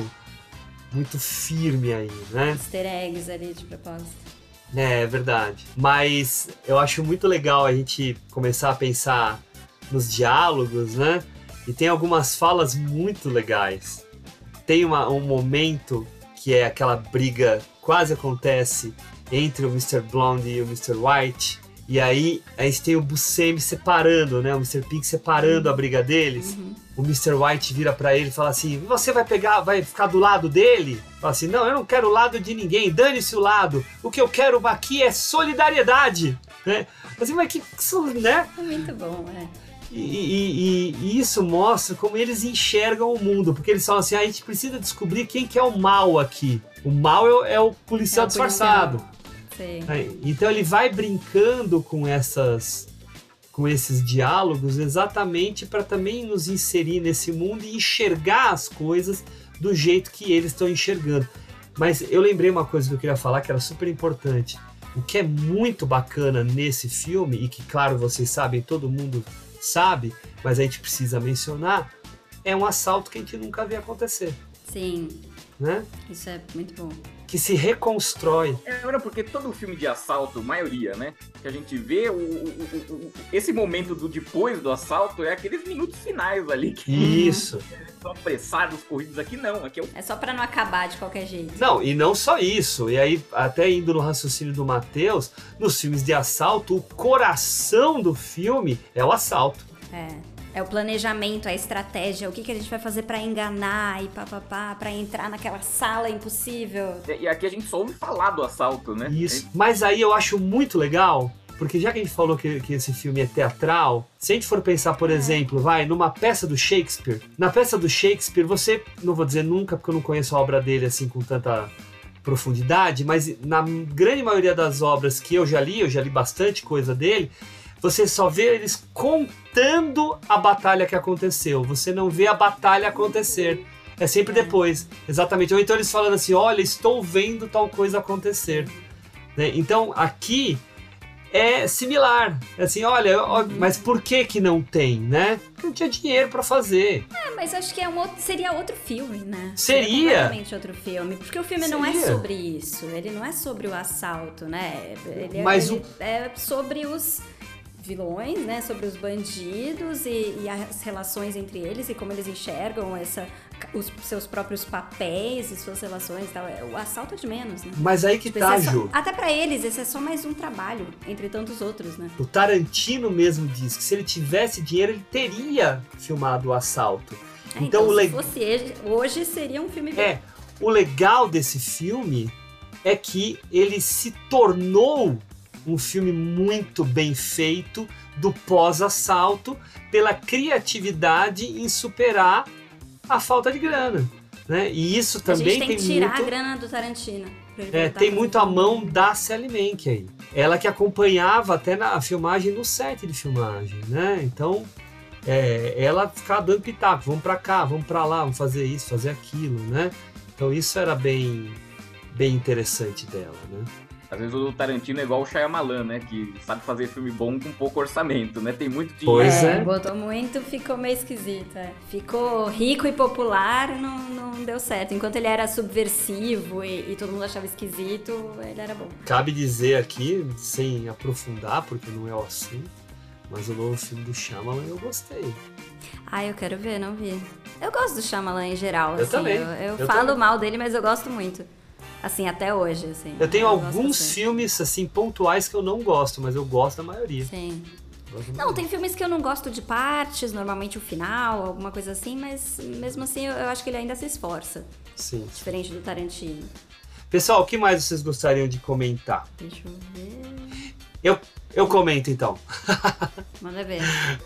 I: firme aí, né?
J: Easter eggs ali de propósito.
I: É verdade. Mas eu acho muito legal a gente começar a pensar nos diálogos, né? E tem algumas falas muito legais. Tem um momento que é aquela briga quase acontece entre o Mr. Blonde e o Mr. White. E aí a gente tem o Buscemi separando, né? O Mr. Pink separando a briga deles. O Mr. White vira pra ele e fala assim, você vai ficar do lado dele? Fala assim, não, eu não quero o lado de ninguém, dane-se o lado. O que eu quero aqui é solidariedade. Né? Assim, mas que isso, né?
J: É muito bom,
I: E isso mostra como eles enxergam o mundo, porque eles falam assim, a gente precisa descobrir quem que é o mal aqui. O mal é o policial disfarçado.
J: Sim.
I: Então ele vai brincando com esses diálogos exatamente para também nos inserir nesse mundo e enxergar as coisas do jeito que eles estão enxergando. Mas eu lembrei uma coisa que eu queria falar que era super importante. O que é muito bacana nesse filme, e que claro vocês sabem, todo mundo sabe, mas a gente precisa mencionar, é um assalto que a gente nunca vê acontecer.
J: Sim.
I: Né?
J: Isso é muito bom.
I: Que se reconstrói.
K: Porque todo filme de assalto, maioria, né? Que a gente vê, esse momento do depois do assalto é aqueles minutos finais ali.
I: Isso.
K: São apressados, corridos aqui, não. Aqui
J: é só pra não acabar de qualquer jeito.
I: Não, e não só isso. E aí, até indo no raciocínio do Matheus, nos filmes de assalto, o coração do filme é o assalto.
J: É o planejamento, a estratégia, o que a gente vai fazer pra enganar e pra entrar naquela sala impossível.
K: E aqui a gente só ouve falar do assalto, né?
I: Isso. Mas aí eu acho muito legal, porque já que a gente falou que esse filme é teatral, se a gente for pensar, por exemplo, numa peça do Shakespeare, na peça do Shakespeare, você, não vou dizer nunca, porque eu não conheço a obra dele assim com tanta profundidade, mas na grande maioria das obras que eu já li bastante coisa dele, você só vê eles contando a batalha que aconteceu. Você não vê a batalha acontecer. É sempre depois. Exatamente. Ou então eles falando assim, olha, estou vendo tal coisa acontecer. Né? Então, aqui é similar. É assim, olha, mas por que não tem, né? Porque não tinha dinheiro para fazer.
J: Mas acho que seria outro filme, né?
I: Seria
J: completamente outro filme. Porque o filme não é sobre isso. Ele não é sobre o assalto, né? Ele é sobre os vilões, né, sobre os bandidos e as relações entre eles e como eles enxergam os seus próprios papéis e suas relações e tal. O assalto é de menos, né?
I: Mas aí que tá, Ju.
J: Até pra eles, esse é só mais um trabalho, entre tantos outros, né?
I: O Tarantino mesmo diz que se ele tivesse dinheiro, ele teria filmado o assalto.
J: Então se fosse hoje, seria um filme bem.
I: O legal desse filme é que ele se tornou um filme muito bem feito do pós-assalto pela criatividade em superar a falta de grana, né? E isso também
J: tem que tirar a grana do Tarantino.
I: Tem muito a mão da Sally Menke aí. Ela que acompanhava até a filmagem no set de filmagem, né? Então ela ficava dando pitaco, vamos pra cá, vamos pra lá, vamos fazer isso, fazer aquilo, né? Então isso era bem interessante dela, né?
K: Às vezes o Tarantino é igual o Shyamalan, né? Que sabe fazer filme bom com pouco orçamento, né? Tem muito dinheiro.
I: Pois é.
J: Botou muito, ficou meio esquisito. Ficou rico e popular, não deu certo. Enquanto ele era subversivo e todo mundo achava esquisito, ele era bom.
I: Cabe dizer aqui, sem aprofundar, porque não é o assunto, mas o novo filme do Shyamalan eu gostei.
J: Eu quero ver, não vi. Eu gosto do Shyamalan em geral.
I: Eu
J: assim,
I: também.
J: Eu
I: Eu
J: falo
I: também.
J: mal dele, mas eu gosto muito. Assim, até hoje, assim.
I: Eu tenho
J: gosto
I: alguns
J: bastante.
I: filmes, assim, pontuais que eu não gosto, mas eu gosto da maioria.
J: Sim.
I: Gosto da
J: Não,
I: maioria.
J: tem filmes que eu não gosto de partes, normalmente o final, alguma coisa assim, mas mesmo assim eu acho que ele ainda se esforça.
I: Sim.
J: Diferente do Tarantino.
I: Pessoal, o que mais vocês gostariam de comentar?
J: Deixa eu ver.
I: Eu comento, então.
J: Manda ver.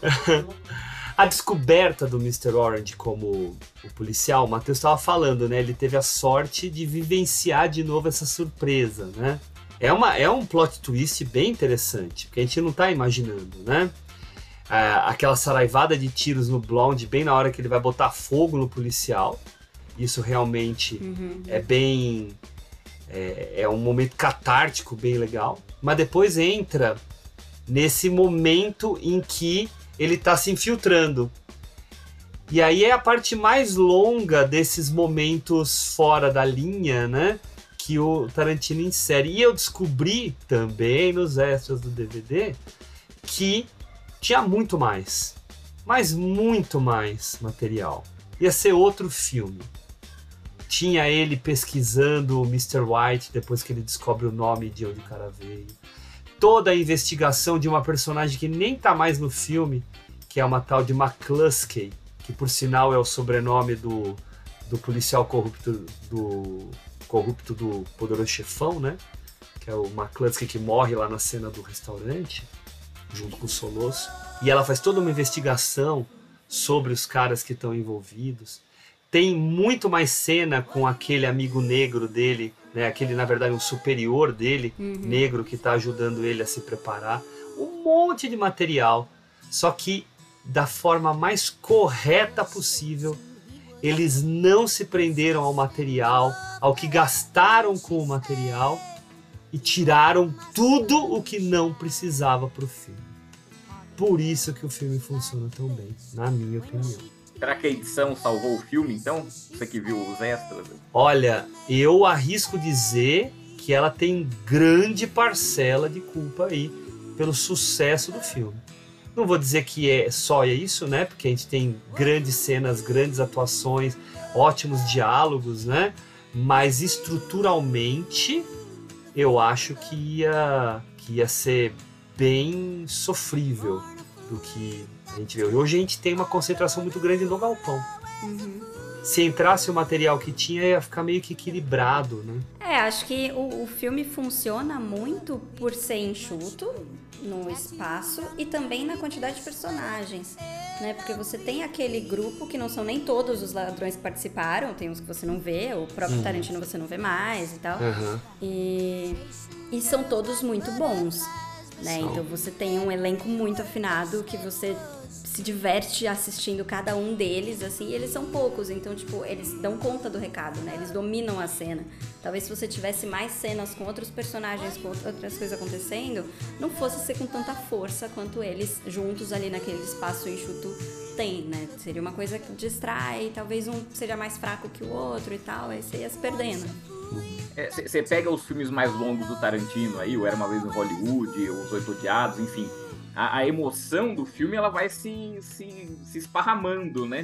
I: A descoberta do Mr. Orange como o policial, o Matheus estava falando, né? Ele teve a sorte de vivenciar de novo essa surpresa, né? É um plot twist bem interessante, porque a gente não tá imaginando, né? Aquela saraivada de tiros no Blonde bem na hora que ele vai botar fogo no policial. Isso realmente é bem... É um momento catártico bem legal. Mas depois entra nesse momento em que ele tá se infiltrando. E aí é a parte mais longa desses momentos fora da linha, né? Que o Tarantino insere. E eu descobri também nos extras do DVD que tinha muito mais. Mas muito mais material. Ia ser outro filme. Tinha ele pesquisando o Mr. White depois que ele descobre o nome de onde o cara veio. Toda a investigação de uma personagem que nem tá mais no filme, que é uma tal de McCluskey, que por sinal é o sobrenome do policial corrupto do Poderoso Chefão, né? Que é o McCluskey que morre lá na cena do restaurante, junto com o Solosso. E ela faz toda uma investigação sobre os caras que estão envolvidos. Tem muito mais cena com aquele amigo negro dele, né? Aquele, na verdade, um superior dele, negro, que está ajudando ele a se preparar. Um monte de material. Só que da forma mais correta possível. Eles não se prenderam ao material, ao que gastaram com o material e tiraram tudo o que não precisava para o filme. Por isso que o filme funciona tão bem, na minha opinião.
K: Será que a edição salvou o filme, então? Você que viu os extras?
I: Olha, eu arrisco dizer que ela tem grande parcela de culpa aí pelo sucesso do filme. Não vou dizer que é só isso, né? Porque a gente tem grandes cenas, grandes atuações, ótimos diálogos, né? Mas estruturalmente, eu acho que ia ser bem sofrível do que a gente vê. Hoje a gente tem uma concentração muito grande no galpão. Se entrasse o material que tinha, ia ficar meio que equilibrado, né?
J: Acho que o filme funciona muito por ser enxuto no espaço e também na quantidade de personagens, né? Porque você tem aquele grupo que não são nem todos os ladrões que participaram, tem uns que você não vê, o próprio Tarantino você não vê mais e tal. E são todos muito bons, né? Então você tem um elenco muito afinado que você se diverte assistindo cada um deles, assim, e eles são poucos, então, tipo, eles dão conta do recado, né? Eles dominam a cena. Talvez se você tivesse mais cenas com outros personagens, com outras coisas acontecendo, não fosse ser com tanta força quanto eles juntos ali naquele espaço enxuto tem, né? Seria uma coisa que distrai, talvez um seja mais fraco que o outro e tal, aí você ia se perdendo.
K: Você pega os filmes mais longos do Tarantino aí, o Era Uma Vez em Hollywood, Os Oito Odiados, enfim... A emoção do filme, ela vai se esparramando, né?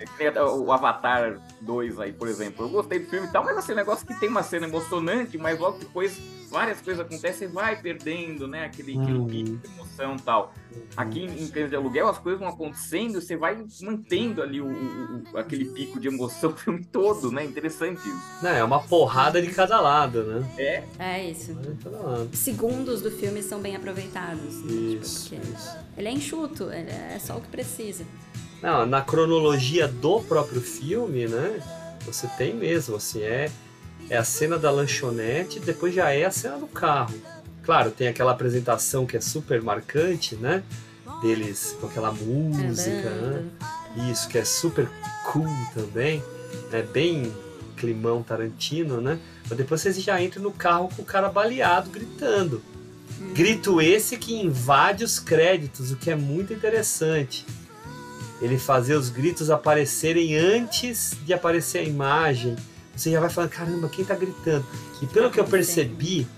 K: O Avatar 2 aí, por exemplo. Eu gostei do filme e tal, mas assim, um negócio que tem uma cena emocionante, mas logo depois várias coisas acontecem e vai perdendo, né? Aquele pico de emoção e tal. Aqui em Cães de Aluguel, as coisas vão acontecendo, você vai mantendo ali aquele pico de emoção o filme todo, né? Interessante isso.
I: É uma porrada de cada lado, né?
J: É isso.
I: De cada lado.
J: Segundos do filme são bem aproveitados. Né?
I: Isso,
J: tipo,
I: isso.
J: Ele é enxuto, é só o que precisa.
I: Não, na cronologia do próprio filme, né? Você tem mesmo, assim, é a cena da lanchonete, depois já é a cena do carro. Claro, tem aquela apresentação que é super marcante, né? deles com aquela música, né? Isso, que é super cool também, é bem climão Tarantino, né? Mas depois vocês já entram no carro com o cara baleado, gritando. Grito esse que invade os créditos, o que é muito interessante. Ele fazer os gritos aparecerem antes de aparecer a imagem. Você já vai falando, caramba, quem tá gritando? E pelo que eu percebi,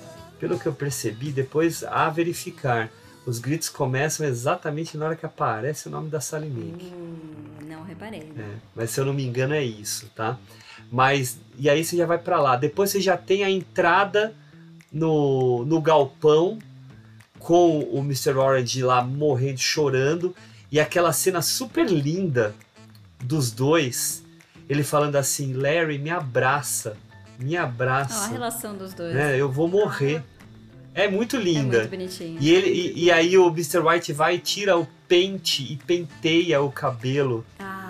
I: depois a verificar, os gritos começam exatamente na hora que aparece o nome da Sally Meek.
J: Não reparei.
I: Mas se eu não me engano é isso, tá? Mas, e aí você já vai pra lá. Depois você já tem a entrada no galpão com o Mr. Orange lá morrendo, chorando. E aquela cena super linda dos dois, ele falando assim, Larry, me abraça.
J: A relação dos dois.
I: Eu vou morrer. É muito linda.
J: É muito bonitinho.
I: E aí o Mr. White vai e tira o pente e penteia o cabelo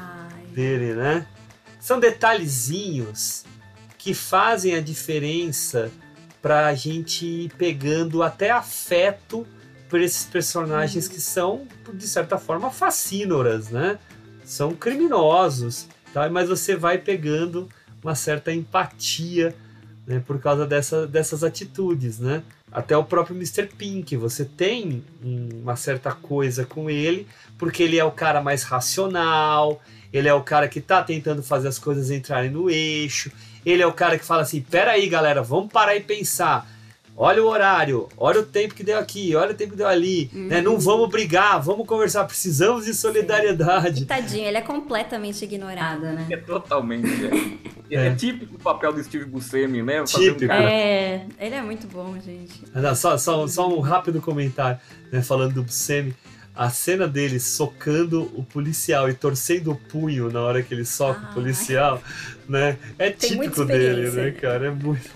I: dele, né? São detalhezinhos que fazem a diferença pra gente ir pegando até afeto por esses personagens que são, de certa forma, facínoras, né? São criminosos, tá? Mas você vai pegando uma certa empatia, né? Por causa dessas atitudes, né? Até o próprio Mr. Pink, você tem uma certa coisa com ele, porque ele é o cara mais racional, ele é o cara que tá tentando fazer as coisas entrarem no eixo, ele é o cara que fala assim, peraí galera, vamos parar e pensar, olha o horário, olha o tempo que deu aqui, olha o tempo que deu ali, né? Não vamos brigar, vamos conversar, precisamos de solidariedade.
J: Tadinho, ele é completamente ignorado, né?
K: É totalmente, é típico o papel do Steve Buscemi, né?
I: Típico.
J: Ele é muito bom, gente.
I: Só um rápido comentário, né? Falando do Buscemi, a cena dele socando o policial e torcendo o punho na hora que ele soca o policial, né? É típico dele, né, cara? É muito...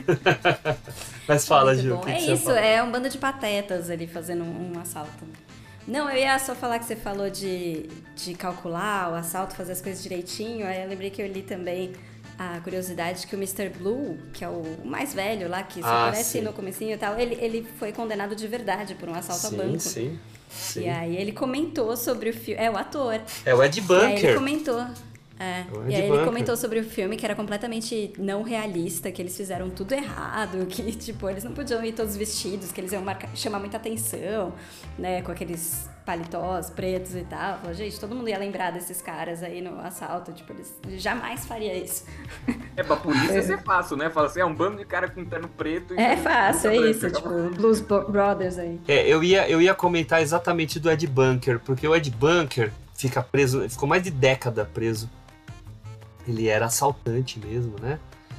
I: Mas fala, Gil.
J: É isso, é um bando de patetas ali fazendo um assalto. Não, eu ia só falar que você falou de calcular o assalto, fazer as coisas direitinho. Aí eu lembrei que eu li também a curiosidade que o Mr. Blue, que é o mais velho lá, que só aparece no comecinho e tal, ele foi condenado de verdade por um assalto a banco.
I: Sim.
J: E aí ele comentou sobre o filme. É o ator.
I: É o Ed Bunker.
J: E aí ele comentou. E aí ele comentou sobre o filme que era completamente não realista, que eles fizeram tudo errado, que tipo, eles não podiam ir todos vestidos, que eles iam chamar muita atenção, né, com aqueles paletós pretos e tal. Falou, gente, todo mundo ia lembrar desses caras aí no assalto, tipo, eles jamais faria isso.
K: Pra polícia ser fácil, né? Fala assim, é um bando de cara com terno preto.
J: É fácil, é isso, tipo, Blues Brothers aí.
I: Eu ia comentar exatamente do Ed Bunker, porque o Ed Bunker fica preso, ficou mais de década preso. Ele era assaltante mesmo, né?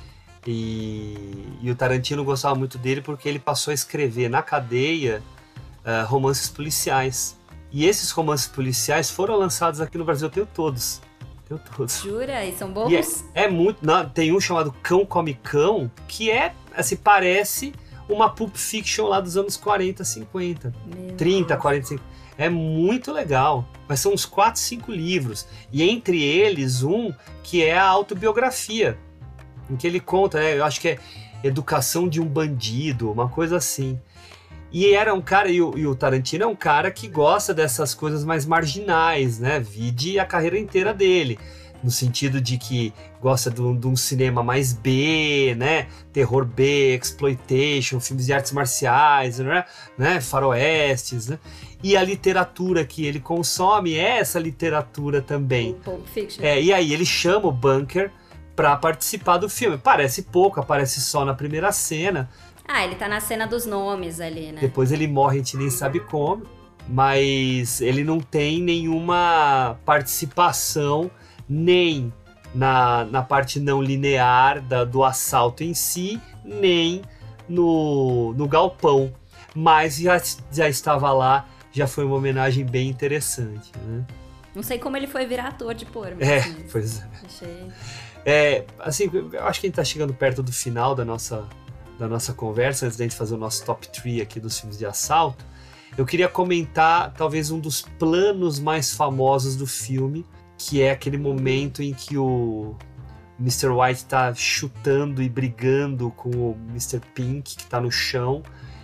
I: E o Tarantino gostava muito dele porque ele passou a escrever na cadeia romances policiais. E esses romances policiais foram lançados aqui no Brasil, eu tenho todos.
J: Jura? E são bons?
I: E é muito... Não, tem um chamado Cão Come Cão, que assim, parece uma Pulp Fiction lá dos anos 40, 50. 30, 45... É muito legal, mas são uns 4, 5 livros. E entre eles, um que é a autobiografia, em que ele conta, eu acho que é Educação de um Bandido, uma coisa assim. E era um cara, e o Tarantino é um cara que gosta dessas coisas mais marginais, né? Vide a carreira inteira dele. No sentido de que gosta de um cinema mais B, né? Terror B, exploitation, filmes de artes marciais, né? Faroestes, né? E a literatura que ele consome é essa literatura também.
J: Pulp Fiction.
I: E aí ele chama o Bunker pra participar do filme. Parece pouco, aparece só na primeira cena.
J: Ele tá na cena dos nomes ali, né?
I: Depois ele morre, a gente nem sabe como. Mas ele não tem nenhuma participação nem na parte não linear do assalto em si, nem no galpão. Mas já estava lá, já foi uma homenagem bem interessante, né?
J: Não sei como ele foi virar ator de porra.
I: Pois é.
J: Achei...
I: assim, eu acho que a gente tá chegando perto do final da nossa conversa, antes da gente fazer o nosso top 3 aqui dos filmes de assalto. Eu queria comentar, talvez, um dos planos mais famosos do filme, que é aquele momento em que o Mr. White tá chutando e brigando com o Mr. Pink, que tá no chão,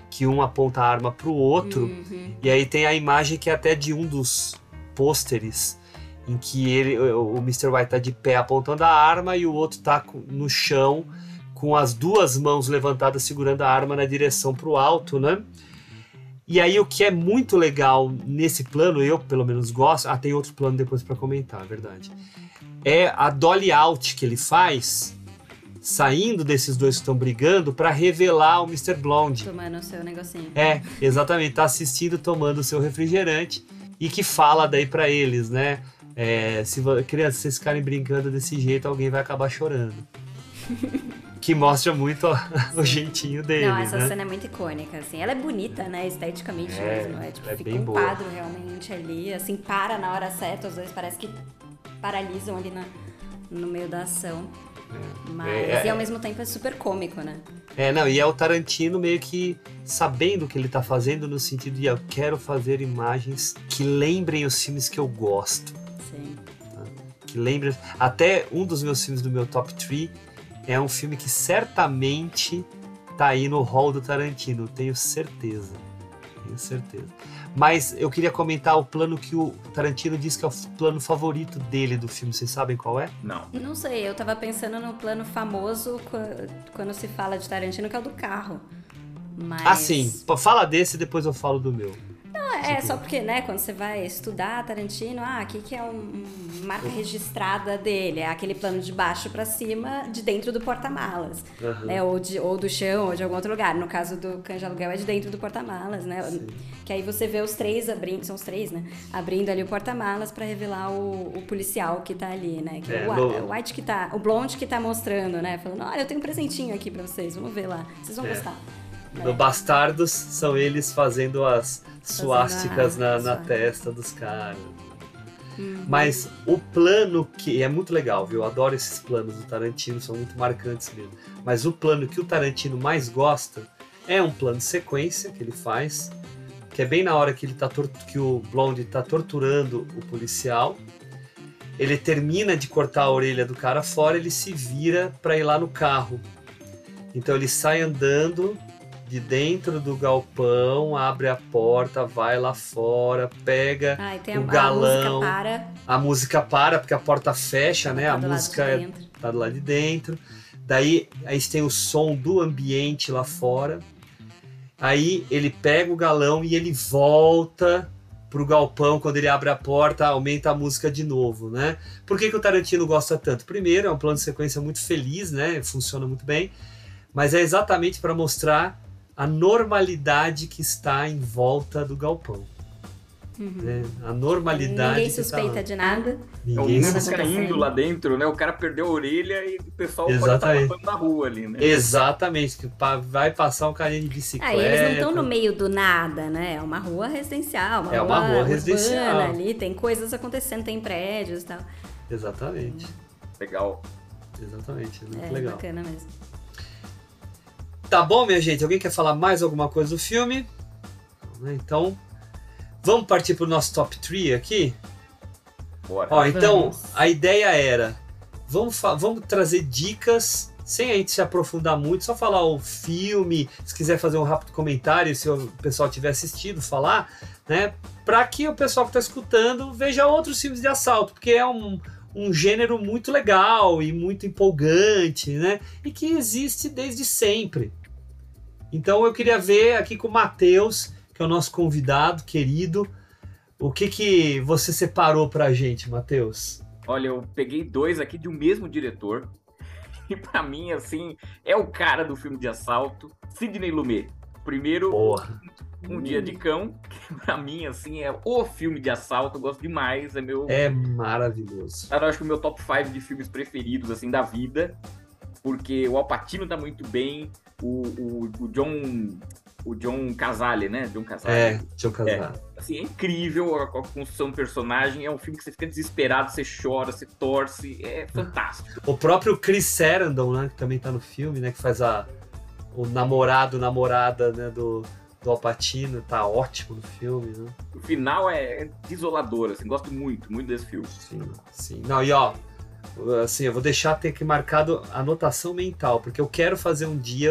I: que um aponta a arma pro outro, e aí tem a imagem que é até de um dos pôsteres, em que o Mr. White tá de pé apontando a arma e o outro tá no chão com as duas mãos levantadas segurando a arma na direção pro alto, né? E aí o que é muito legal nesse plano, eu pelo menos gosto, tem outro plano depois para comentar, é verdade, é a dolly out que ele faz, saindo desses dois que estão brigando para revelar o Mr. Blonde.
J: Tomando o seu negocinho.
I: Exatamente, tá assistindo, tomando o seu refrigerante e que fala daí para eles, né? Se crianças, vocês ficarem brincando desse jeito, alguém vai acabar chorando. Que mostra muito o jeitinho dele.
J: Não, essa
I: né?
J: cena é muito icônica, assim. Ela é bonita, né? Esteticamente mesmo. Tipo, fica
I: bem
J: um
I: boa.
J: quadro realmente ali, assim, para na hora certa, os dois parece que paralisam ali no meio da ação. Mas e ao mesmo tempo é super cômico, né?
I: E é o Tarantino meio que sabendo o que ele tá fazendo, no sentido de eu quero fazer imagens que lembrem os filmes que eu gosto.
J: Sim.
I: Tá? Que lembrem. Até um dos meus filmes do meu top 3 é um filme que certamente tá aí no hall do Tarantino, tenho certeza. Mas eu queria comentar o plano que o Tarantino diz que é o plano favorito dele do filme. Vocês sabem qual é?
J: Não sei, eu tava pensando no plano famoso quando se fala de Tarantino, que é o do carro. Mas...
I: sim. Fala desse e depois eu falo do meu.
J: Não, só porque, né, quando você vai estudar Tarantino, aqui que é uma marca registrada dele, é aquele plano de baixo pra cima, de dentro do porta-malas, né, ou do chão, ou de algum outro lugar. No caso do Cães de Aluguel é de dentro do porta-malas, né, que aí você vê os três abrindo, são os três, né, abrindo ali o porta-malas pra revelar o policial que tá ali, né, que é o White que tá, o Blonde que tá mostrando, né, falando, olha, eu tenho um presentinho aqui pra vocês, vamos ver lá, vocês vão gostar.
I: No Bastardos, são eles fazendo as suásticas na testa dos caras. Mas o plano que é muito legal, viu? Eu adoro esses planos do Tarantino, são muito marcantes mesmo. Mas o plano que o Tarantino mais gosta é um plano de sequência que ele faz, que é bem na hora que ele que o Blonde tá torturando o policial. Ele termina de cortar a orelha do cara fora, ele se vira para ir lá no carro. Então ele sai andando de dentro do galpão, abre a porta, vai lá fora, pega o galão. A música para porque a porta fecha, né? A música tá do lado de dentro. Daí tem o som do ambiente lá fora. Aí ele pega o galão e ele volta pro galpão. Quando ele abre a porta, aumenta a música de novo, né? Por que o Tarantino gosta tanto? Primeiro, é um plano de sequência muito feliz, né? Funciona muito bem. Mas é exatamente para mostrar a normalidade que está em volta do galpão. Né? A normalidade.
J: Ninguém suspeita de nada.
I: Ninguém
K: suspeita caindo lá dentro, né? O cara perdeu a orelha e o pessoal pode estar passando na rua ali, né?
I: Exatamente, que vai passar um carinha de bicicleta.
J: E eles não estão no meio do nada, né? É uma rua residencial, uma rua residencial ali, tem coisas acontecendo, tem prédios e tal.
I: Exatamente.
K: Legal.
I: Exatamente, muito legal.
J: Bacana mesmo.
I: Tá bom, minha gente? Alguém quer falar mais alguma coisa do filme? Então, vamos partir pro nosso top 3 aqui?
K: Bora.
I: Então, a ideia era, vamos trazer dicas, sem a gente se aprofundar muito, só falar o filme, se quiser fazer um rápido comentário, se o pessoal tiver assistido, falar, né? Para que o pessoal que está escutando veja outros filmes de assalto, porque é um gênero muito legal e muito empolgante, né? E que existe desde sempre. Então eu queria ver aqui com o Matheus, que é o nosso convidado querido, o que você separou pra gente, Matheus?
K: Olha, eu peguei 2 aqui de um mesmo diretor, e pra mim, assim, é o cara do filme de assalto, Sidney Lumet. Primeiro, Um Dia de Cão, que pra mim, assim, é o filme de assalto, eu gosto demais,
I: É maravilhoso.
K: Eu acho que o meu top 5 de filmes preferidos, assim, da vida, porque o Al Pacino tá muito bem, o John Cazale, né? John Cazale.
I: John Cazale.
K: Assim, é incrível a construção do personagem, é um filme que você fica desesperado, você chora, você torce, é fantástico.
I: O próprio Chris Sarandon, né, que também tá no filme, né, que faz o namorada, né, do Al Pacino, tá ótimo no filme, né?
K: O final é desolador, assim, gosto muito desse filme.
I: Sim. Não, e assim, eu vou deixar ter aqui marcado anotação mental, porque eu quero fazer um dia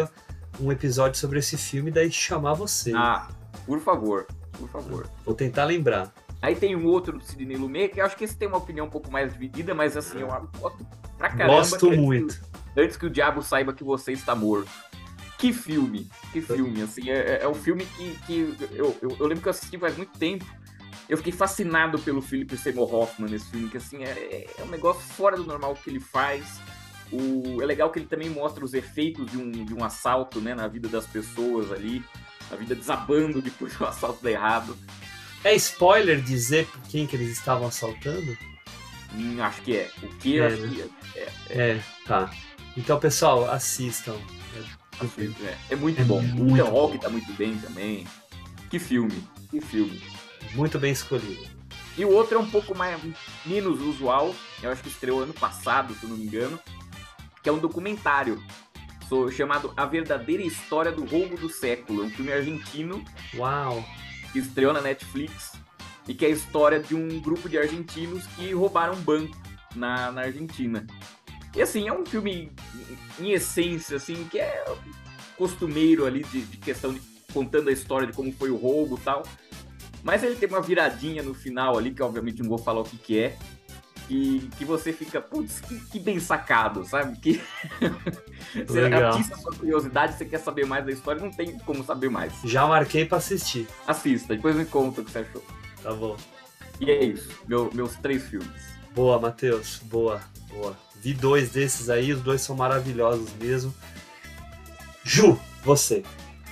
I: um episódio sobre esse filme e daí chamar você.
K: Ah, por favor.
I: Vou tentar lembrar.
K: Aí tem um outro do Sidney Lumet, que eu acho que esse tem uma opinião um pouco mais dividida, mas assim, eu gosto pra caramba.
I: Gosto muito.
K: Antes que o diabo saiba que você está morto. Que filme, assim, é um filme que eu lembro que eu assisti faz muito tempo. Eu fiquei fascinado pelo Philip Seymour Hoffman nesse filme, que assim, é um negócio fora do normal que ele faz. É legal que ele também mostra os efeitos de um assalto, né, na vida das pessoas ali, a vida desabando depois do assalto dar errado.
I: É spoiler dizer por quem que eles estavam assaltando?
K: Acho que é. O que acho que
I: é. Tá. Então, pessoal, assistam.
K: É muito bom. O Ethan Hawke tá muito bem também. Que filme.
I: Muito bem escolhido.
K: E o outro é um pouco menos usual. Eu acho que estreou ano passado, se eu não me engano. Que é um documentário chamado A Verdadeira História do Roubo do Século. É um filme argentino.
I: Uau!
K: Que estreou na Netflix. E que é a história de um grupo de argentinos que roubaram um banco na Argentina. E assim, é um filme em essência, assim, que é costumeiro ali de questão de contando a história de como foi o roubo e tal. Mas ele tem uma viradinha no final ali, que obviamente não vou falar o que é, que você fica, putz, que bem sacado, sabe? Que você atiça a sua curiosidade, você quer saber mais da história, não tem como saber mais.
I: Já marquei pra assistir.
K: Assista, depois me conta o que você achou.
I: Tá bom.
K: E é isso, meus 3 filmes.
I: Boa, Matheus, boa. Vi 2 desses aí, os 2 são maravilhosos mesmo. Ju, você.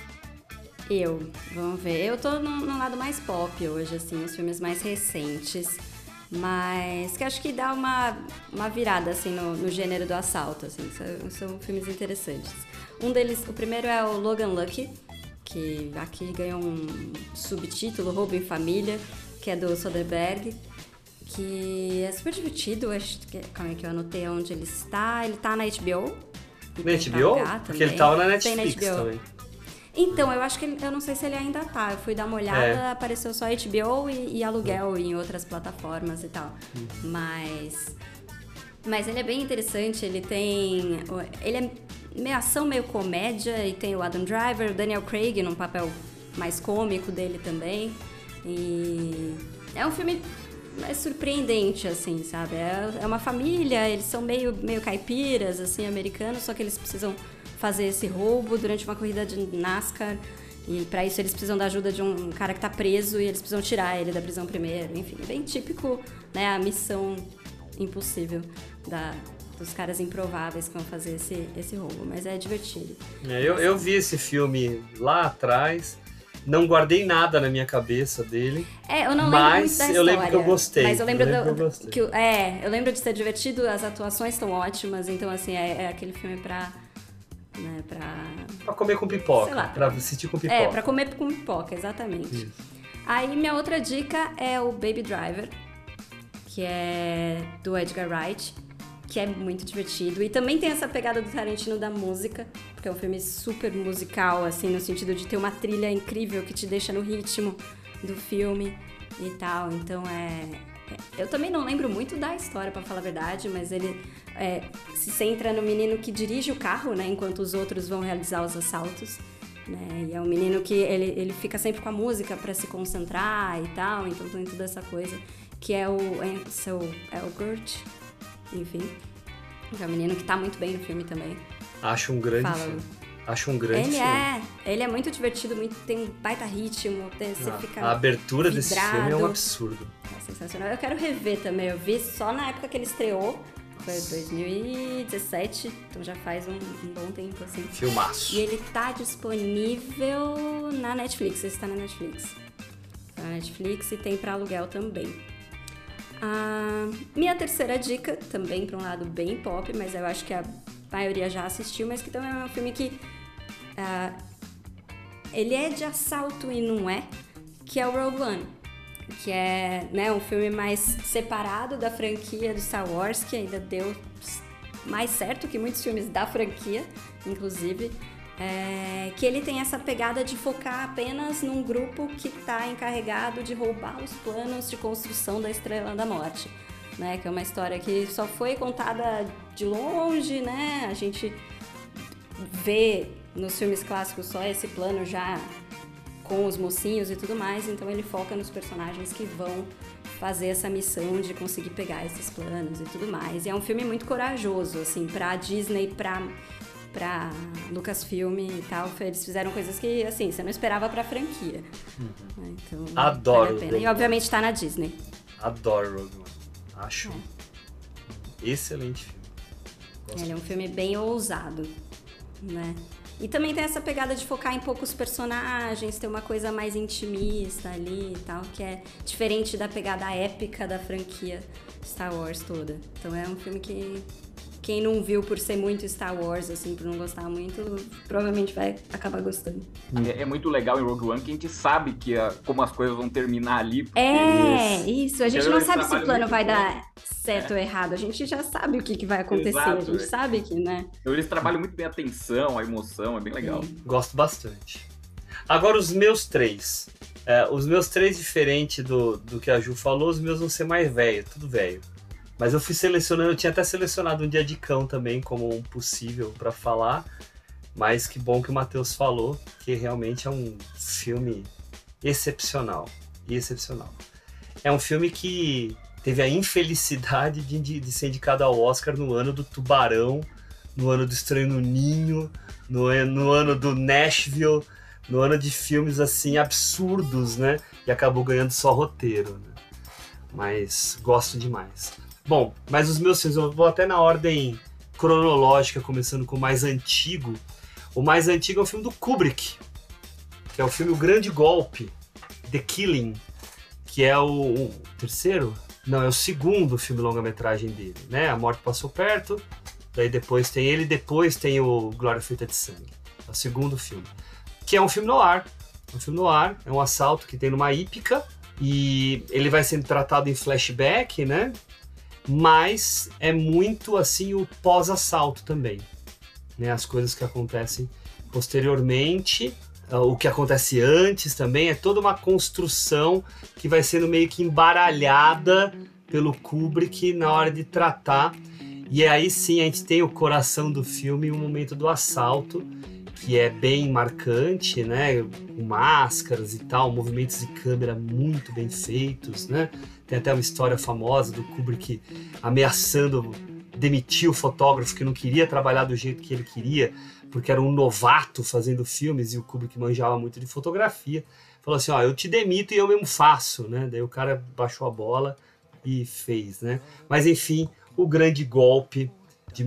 J: Vamos ver. Eu tô no lado mais pop hoje, assim, os filmes mais recentes. Mas que acho que dá uma virada, assim, no gênero do assalto, assim. São filmes interessantes. Um deles, o primeiro é o Logan Lucky, que aqui ganhou um subtítulo, Roubo em Família, que é do Soderbergh, que é super divertido. Calma aí que eu anotei onde ele está. Ele tá na HBO.
I: Na HBO? Porque ele tava na Netflix também.
J: Então, eu não sei se ele ainda tá. Eu fui dar uma olhada, apareceu só HBO e aluguel em outras plataformas e tal. Mas ele é bem interessante, ele é meio ação, meio comédia, e tem o Adam Driver, o Daniel Craig num papel mais cômico dele também. E é um filme mais surpreendente, assim, sabe? É uma família, eles são meio caipiras, assim, americanos, só que eles precisam fazer esse roubo durante uma corrida de NASCAR, e para isso eles precisam da ajuda de um cara que tá preso e eles precisam tirar ele da prisão primeiro. Enfim, bem típico, né, a missão impossível dos caras improváveis que vão fazer esse roubo, mas é divertido.
I: Eu vi esse filme lá atrás, não guardei nada na minha cabeça dele.
J: Eu não lembro muito da história.
I: Eu lembro que eu gostei.
J: Mas eu lembro de ser divertido, as atuações estão ótimas, então assim, é aquele filme pra
I: comer com pipoca, pra assistir com pipoca.
J: Pra comer com pipoca, exatamente. Isso. Aí minha outra dica é o Baby Driver, que é do Edgar Wright, que é muito divertido. E também tem essa pegada do Tarantino da música, porque é um filme super musical, assim, no sentido de ter uma trilha incrível que te deixa no ritmo do filme e tal. Então eu também não lembro muito da história, pra falar a verdade, mas ele se centra no menino que dirige o carro, né, enquanto os outros vão realizar os assaltos, né, e é um menino que ele fica sempre com a música pra se concentrar e tal, então tem toda essa coisa, que é o Ansel Elgort, enfim, que é um menino que tá muito bem no filme também.
I: Acho um grande filme. Acho um grande filme.
J: Ele é muito divertido, tem um baita ritmo, você fica
I: a abertura
J: vidrado.
I: Desse filme é um absurdo.
J: É sensacional. Eu quero rever também, eu vi só na época que ele estreou, foi 2017, então já faz um bom tempo, assim.
I: Filmaço.
J: E ele tá disponível na Netflix, ele está na Netflix. Tá na Netflix e tem pra aluguel também. Minha terceira dica, também pra um lado bem pop, mas eu acho que a maioria já assistiu, mas que também é um filme que ele é de assalto e não é, que é o Rogue One, que é, né, um filme mais separado da franquia do Star Wars, que ainda deu mais certo que muitos filmes da franquia, inclusive, que ele tem essa pegada de focar apenas num grupo que está encarregado de roubar os planos de construção da Estrela da Morte, né, que é uma história que só foi contada de longe, né, a gente vê nos filmes clássicos só esse plano já com os mocinhos e tudo mais, então ele foca nos personagens que vão fazer essa missão de conseguir pegar esses planos e tudo mais. E é um filme muito corajoso, assim, pra Disney, pra Lucasfilm e tal. Eles fizeram coisas que, assim, você não esperava pra franquia. Então,
I: Adoro.
J: Vale a pena. E obviamente tá na Disney.
I: Adoro Rogue One. Acho excelente filme.
J: Ele é um filme bem ousado, né? E também tem essa pegada de focar em poucos personagens, ter uma coisa mais intimista ali e tal, que é diferente da pegada épica da franquia Star Wars toda. Então é um filme que quem não viu por ser muito Star Wars, assim, por não gostar muito, provavelmente vai acabar gostando.
K: É muito legal em Rogue One que a gente sabe como as coisas vão terminar ali.
J: Isso. A gente
K: Então,
J: não
K: eles
J: sabe se o
K: trabalham
J: plano
K: muito
J: vai
K: bom.
J: dar certo ou errado. A gente já sabe o que vai acontecer.
K: Exato,
J: a gente sabe que, né?
K: Então eles trabalham muito bem a tensão, a emoção, é bem legal.
I: Gosto bastante. Agora os meus três. Os meus três, diferente do que a Ju falou, os meus vão ser mais velho, tudo velho. Mas eu fui selecionando, eu tinha até selecionado Um Dia de Cão também como um possível pra falar. Mas que bom que o Matheus falou, que realmente é um filme excepcional. Excepcional. É um filme que teve a infelicidade de ser indicado ao Oscar no ano do Tubarão, no ano do Estranho no Ninho, no ano do Nashville, no ano de filmes assim absurdos, né? E acabou ganhando só roteiro, né? Mas gosto demais. Bom, mas os meus filmes, eu vou até na ordem cronológica, começando com o mais antigo. O mais antigo é o filme do Kubrick, que é o filme O Grande Golpe, The Killing, que é o terceiro? Não, é o segundo filme longa-metragem dele, né? A Morte Passou Perto, daí depois tem ele, depois tem o Glória Feita de Sangue. É o segundo filme. Que é um filme noir. É um assalto que tem numa hípica e ele vai sendo tratado em flashback, né? Mas é muito assim o pós-assalto também, né? As coisas que acontecem posteriormente, o que acontece antes também, é toda uma construção que vai sendo meio que embaralhada pelo Kubrick na hora de tratar. E aí sim a gente tem o coração do filme, o momento do assalto, que é bem marcante, né? Com máscaras e tal, movimentos de câmera muito bem feitos, né? Tem até uma história famosa do Kubrick ameaçando demitir o fotógrafo que não queria trabalhar do jeito que ele queria, porque era um novato fazendo filmes e o Kubrick manjava muito de fotografia. Falou assim, eu te demito e eu mesmo faço, né? Daí o cara baixou a bola e fez, né? Mas enfim, O Grande Golpe, de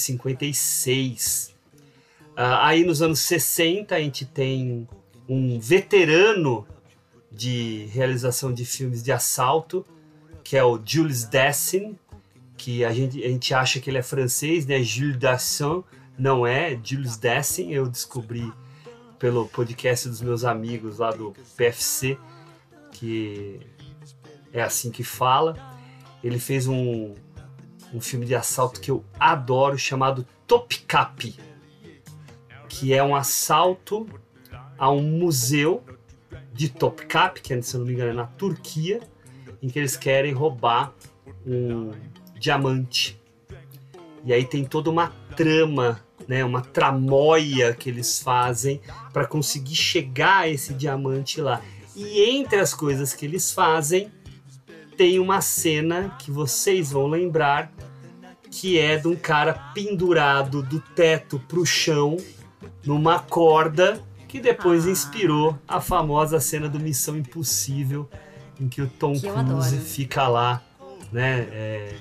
I: 1956. Aí nos anos 60 a gente tem um veterano de realização de filmes de assalto, que é o Jules Dassin, que a gente acha que ele é francês, né? Jules Dassin, não é, Jules Dassin, eu descobri pelo podcast dos meus amigos lá do PFC, que é assim que fala. Ele fez um filme de assalto que eu adoro, chamado Topkapi, que é um assalto a um museu de Topkapi, que se eu não me engano é na Turquia, em que eles querem roubar um diamante. E aí tem toda uma trama, né, uma tramóia que eles fazem para conseguir chegar a esse diamante lá. E entre as coisas que eles fazem, tem uma cena que vocês vão lembrar, que é de um cara pendurado do teto pro chão, numa corda, que depois inspirou a famosa cena do Missão Impossível, em que o Tom Cruise fica lá, né,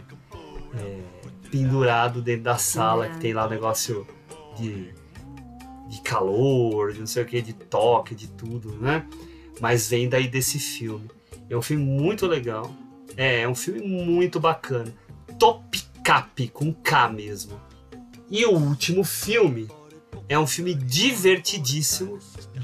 I: pendurado dentro da sala, que tem lá o negócio de calor, de não sei o que, de toque, de tudo, né? Mas vem daí desse filme. É um filme muito legal, é um filme muito bacana. Topkapi, com K mesmo. E o último filme é um filme divertidíssimo,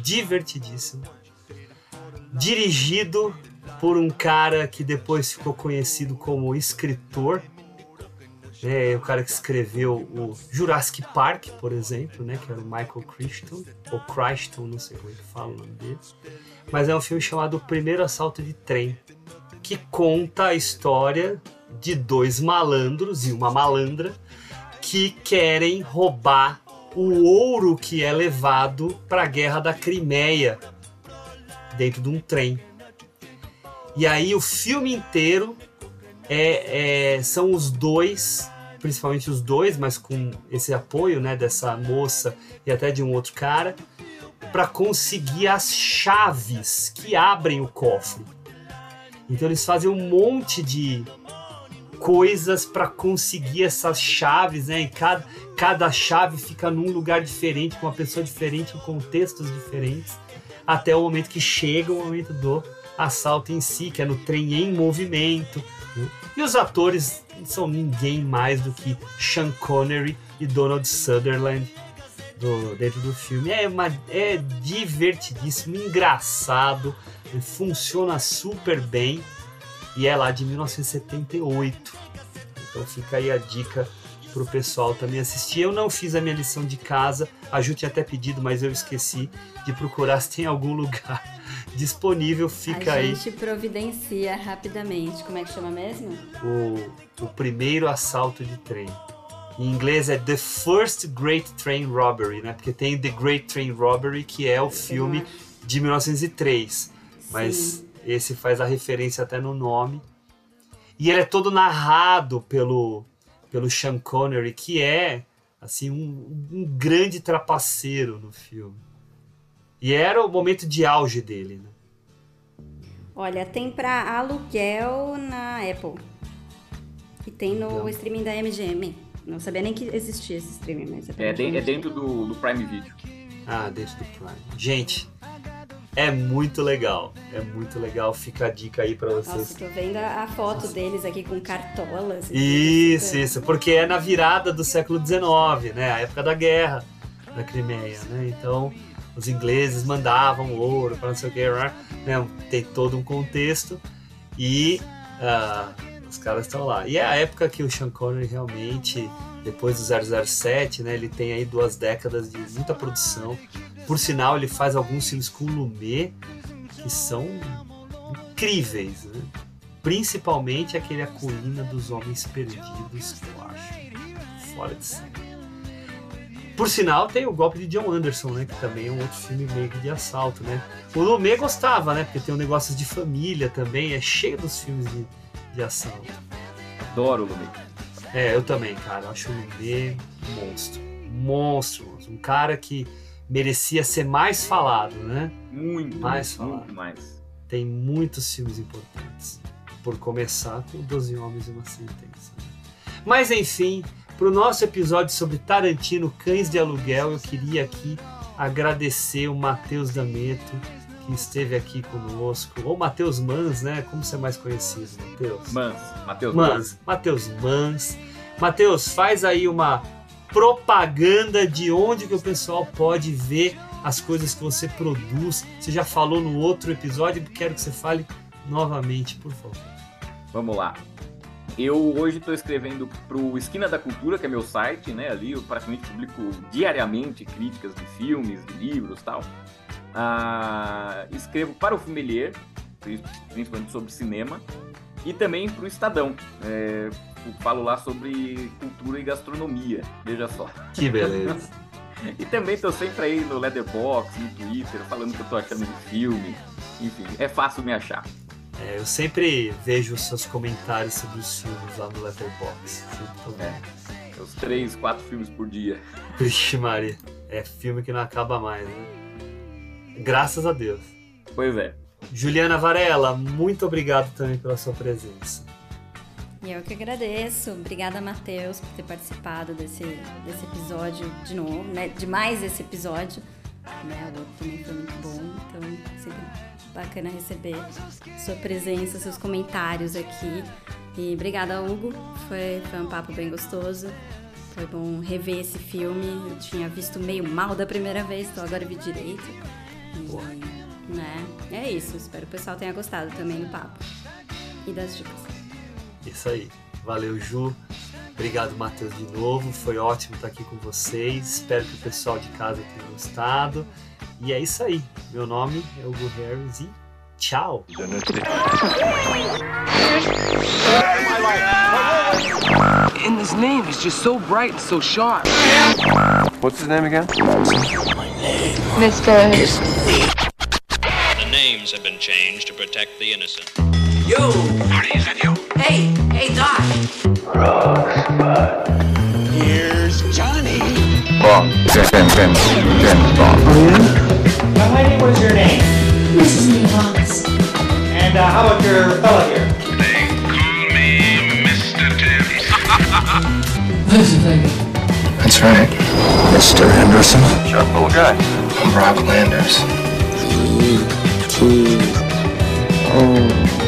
I: dirigido por um cara que depois ficou conhecido como escritor, né? O cara que escreveu o Jurassic Park, por exemplo, né? Que era o Michael Crichton, ou Crichton, não sei como é que fala o nome dele. Mas é um filme chamado O Primeiro Assalto de Trem, que conta a história de dois malandros e uma malandra que querem roubar o ouro que é levado para a Guerra da Crimeia dentro de um trem. E aí o filme inteiro são os dois, principalmente os dois, mas com esse apoio, né, dessa moça e até de um outro cara, para conseguir as chaves que abrem o cofre. Então eles fazem um monte de coisas para conseguir essas chaves, né? E cada chave fica num lugar diferente, com uma pessoa diferente, em contextos diferentes, até o momento que chega o momento do assalto em si, que é no trem em movimento. E os atores não são ninguém mais do que Sean Connery e Donald Sutherland dentro do filme. É divertidíssimo, engraçado, funciona super bem e é lá de 1978. Então fica aí a dica pro pessoal também assistir. Eu não fiz a minha lição de casa, a Ju tinha até pedido, mas eu esqueci de procurar se tem algum lugar disponível. Fica aí.
J: A gente providencia rapidamente. Como é que chama mesmo?
I: O primeiro assalto de trem. Em inglês é The First Great Train Robbery, né? Porque tem The Great Train Robbery, que é o filme de 1903. Mas esse faz a referência até no nome. E ele é todo narrado pelo Sean Connery, que é assim, um grande trapaceiro no filme. E era o momento de auge dele, né?
J: Olha, tem pra aluguel na Apple. E tem no streaming da MGM. Não sabia nem que existia esse streaming, mas
K: é dentro do Prime Video.
I: Ah, dentro do Prime. Gente, é muito legal. É muito legal. Fica a dica aí pra vocês.
J: Nossa, tô vendo a foto deles aqui com cartolas.
I: Isso. Porque é na virada do século XIX, né? A época da guerra da Crimeia, né? Então, os ingleses mandavam ouro para não sei o que, né? Tem todo um contexto. E os caras estão lá. E é a época que o Sean Connery realmente, depois do 007, né, ele tem aí 2 décadas de muita produção. Por sinal, ele faz alguns filmes com Lumet que são incríveis, né? Principalmente aquele A Colina dos Homens Perdidos, que eu acho fora de série. Por sinal, tem o Golpe de John Anderson, né, que também é um outro filme meio que de assalto, né? O Lumet gostava, né, porque tem um negócio de família também, é cheio dos filmes de assalto.
K: Adoro o Lumet.
I: Eu também, cara. Eu acho o Lumet um monstro. Um cara que merecia ser mais falado, né?
K: Muito mais.
I: Tem muitos filmes importantes. Por começar com 12 Homens e uma Sentença. Mas enfim, pro nosso episódio sobre Tarantino, Cães de Aluguel, eu queria aqui agradecer o Matheus D'Ameto, que esteve aqui conosco, ou Matheus Mans, né? Como você é mais conhecido, Matheus? Matheus Mans. Matheus, faz aí uma propaganda de onde que o pessoal pode ver as coisas que você produz. Você já falou no outro episódio, quero que você fale novamente, por favor.
K: Vamos lá. Eu hoje estou escrevendo pro Esquina da Cultura, que é meu site, né? Ali eu praticamente publico diariamente críticas de filmes, de livros e tal. Escrevo para o Fumelier, principalmente sobre cinema, e também para o Estadão. Eu falo lá sobre cultura e gastronomia, veja só.
I: Que beleza.
K: E também estou sempre aí no Letterboxd, no Twitter, falando o que eu estou achando de filme. Enfim, é fácil me achar.
I: Eu sempre vejo os seus comentários sobre os filmes lá no Letterboxd.
K: Os 3, 4 filmes por dia.
I: Vixe Maria, é filme que não acaba mais, né? Graças a Deus.
K: Pois é.
I: Juliana Varela, muito obrigado também pela sua presença.
J: E eu que agradeço. Obrigada, Matheus, por ter participado desse episódio de novo, né? De mais esse episódio. Né? O outro também foi muito bom, então sempre bacana receber sua presença, seus comentários aqui. E obrigada, Hugo. Foi um papo bem gostoso. Foi bom rever esse filme. Eu tinha visto meio mal da primeira vez, então agora vi direito. E, né? É isso. Espero que o pessoal tenha gostado também do papo e das dicas.
I: Isso aí. Valeu, Ju. Obrigado, Matheus, de novo. Foi ótimo estar aqui com vocês. Espero que o pessoal de casa tenha gostado. E é isso aí. Meu nome é Hugo Harris e Tchau!
B: And his name is just so bright and so sharp.
A: What's his name again?
C: Mr.
D: The names have been changed to protect the innocent.
E: You.
A: Marty, is that you?
E: Hey, Doc.
A: Here's Johnny.
F: Bond. James Bond.
G: Young lady, what is your name?
C: Mrs. Lee Wallace.
G: And how about your fella here?
A: They call me Mr. Tibbs.
F: That's right. Mr. Henderson.
A: Sharp little guy.
F: I'm Rob Landers.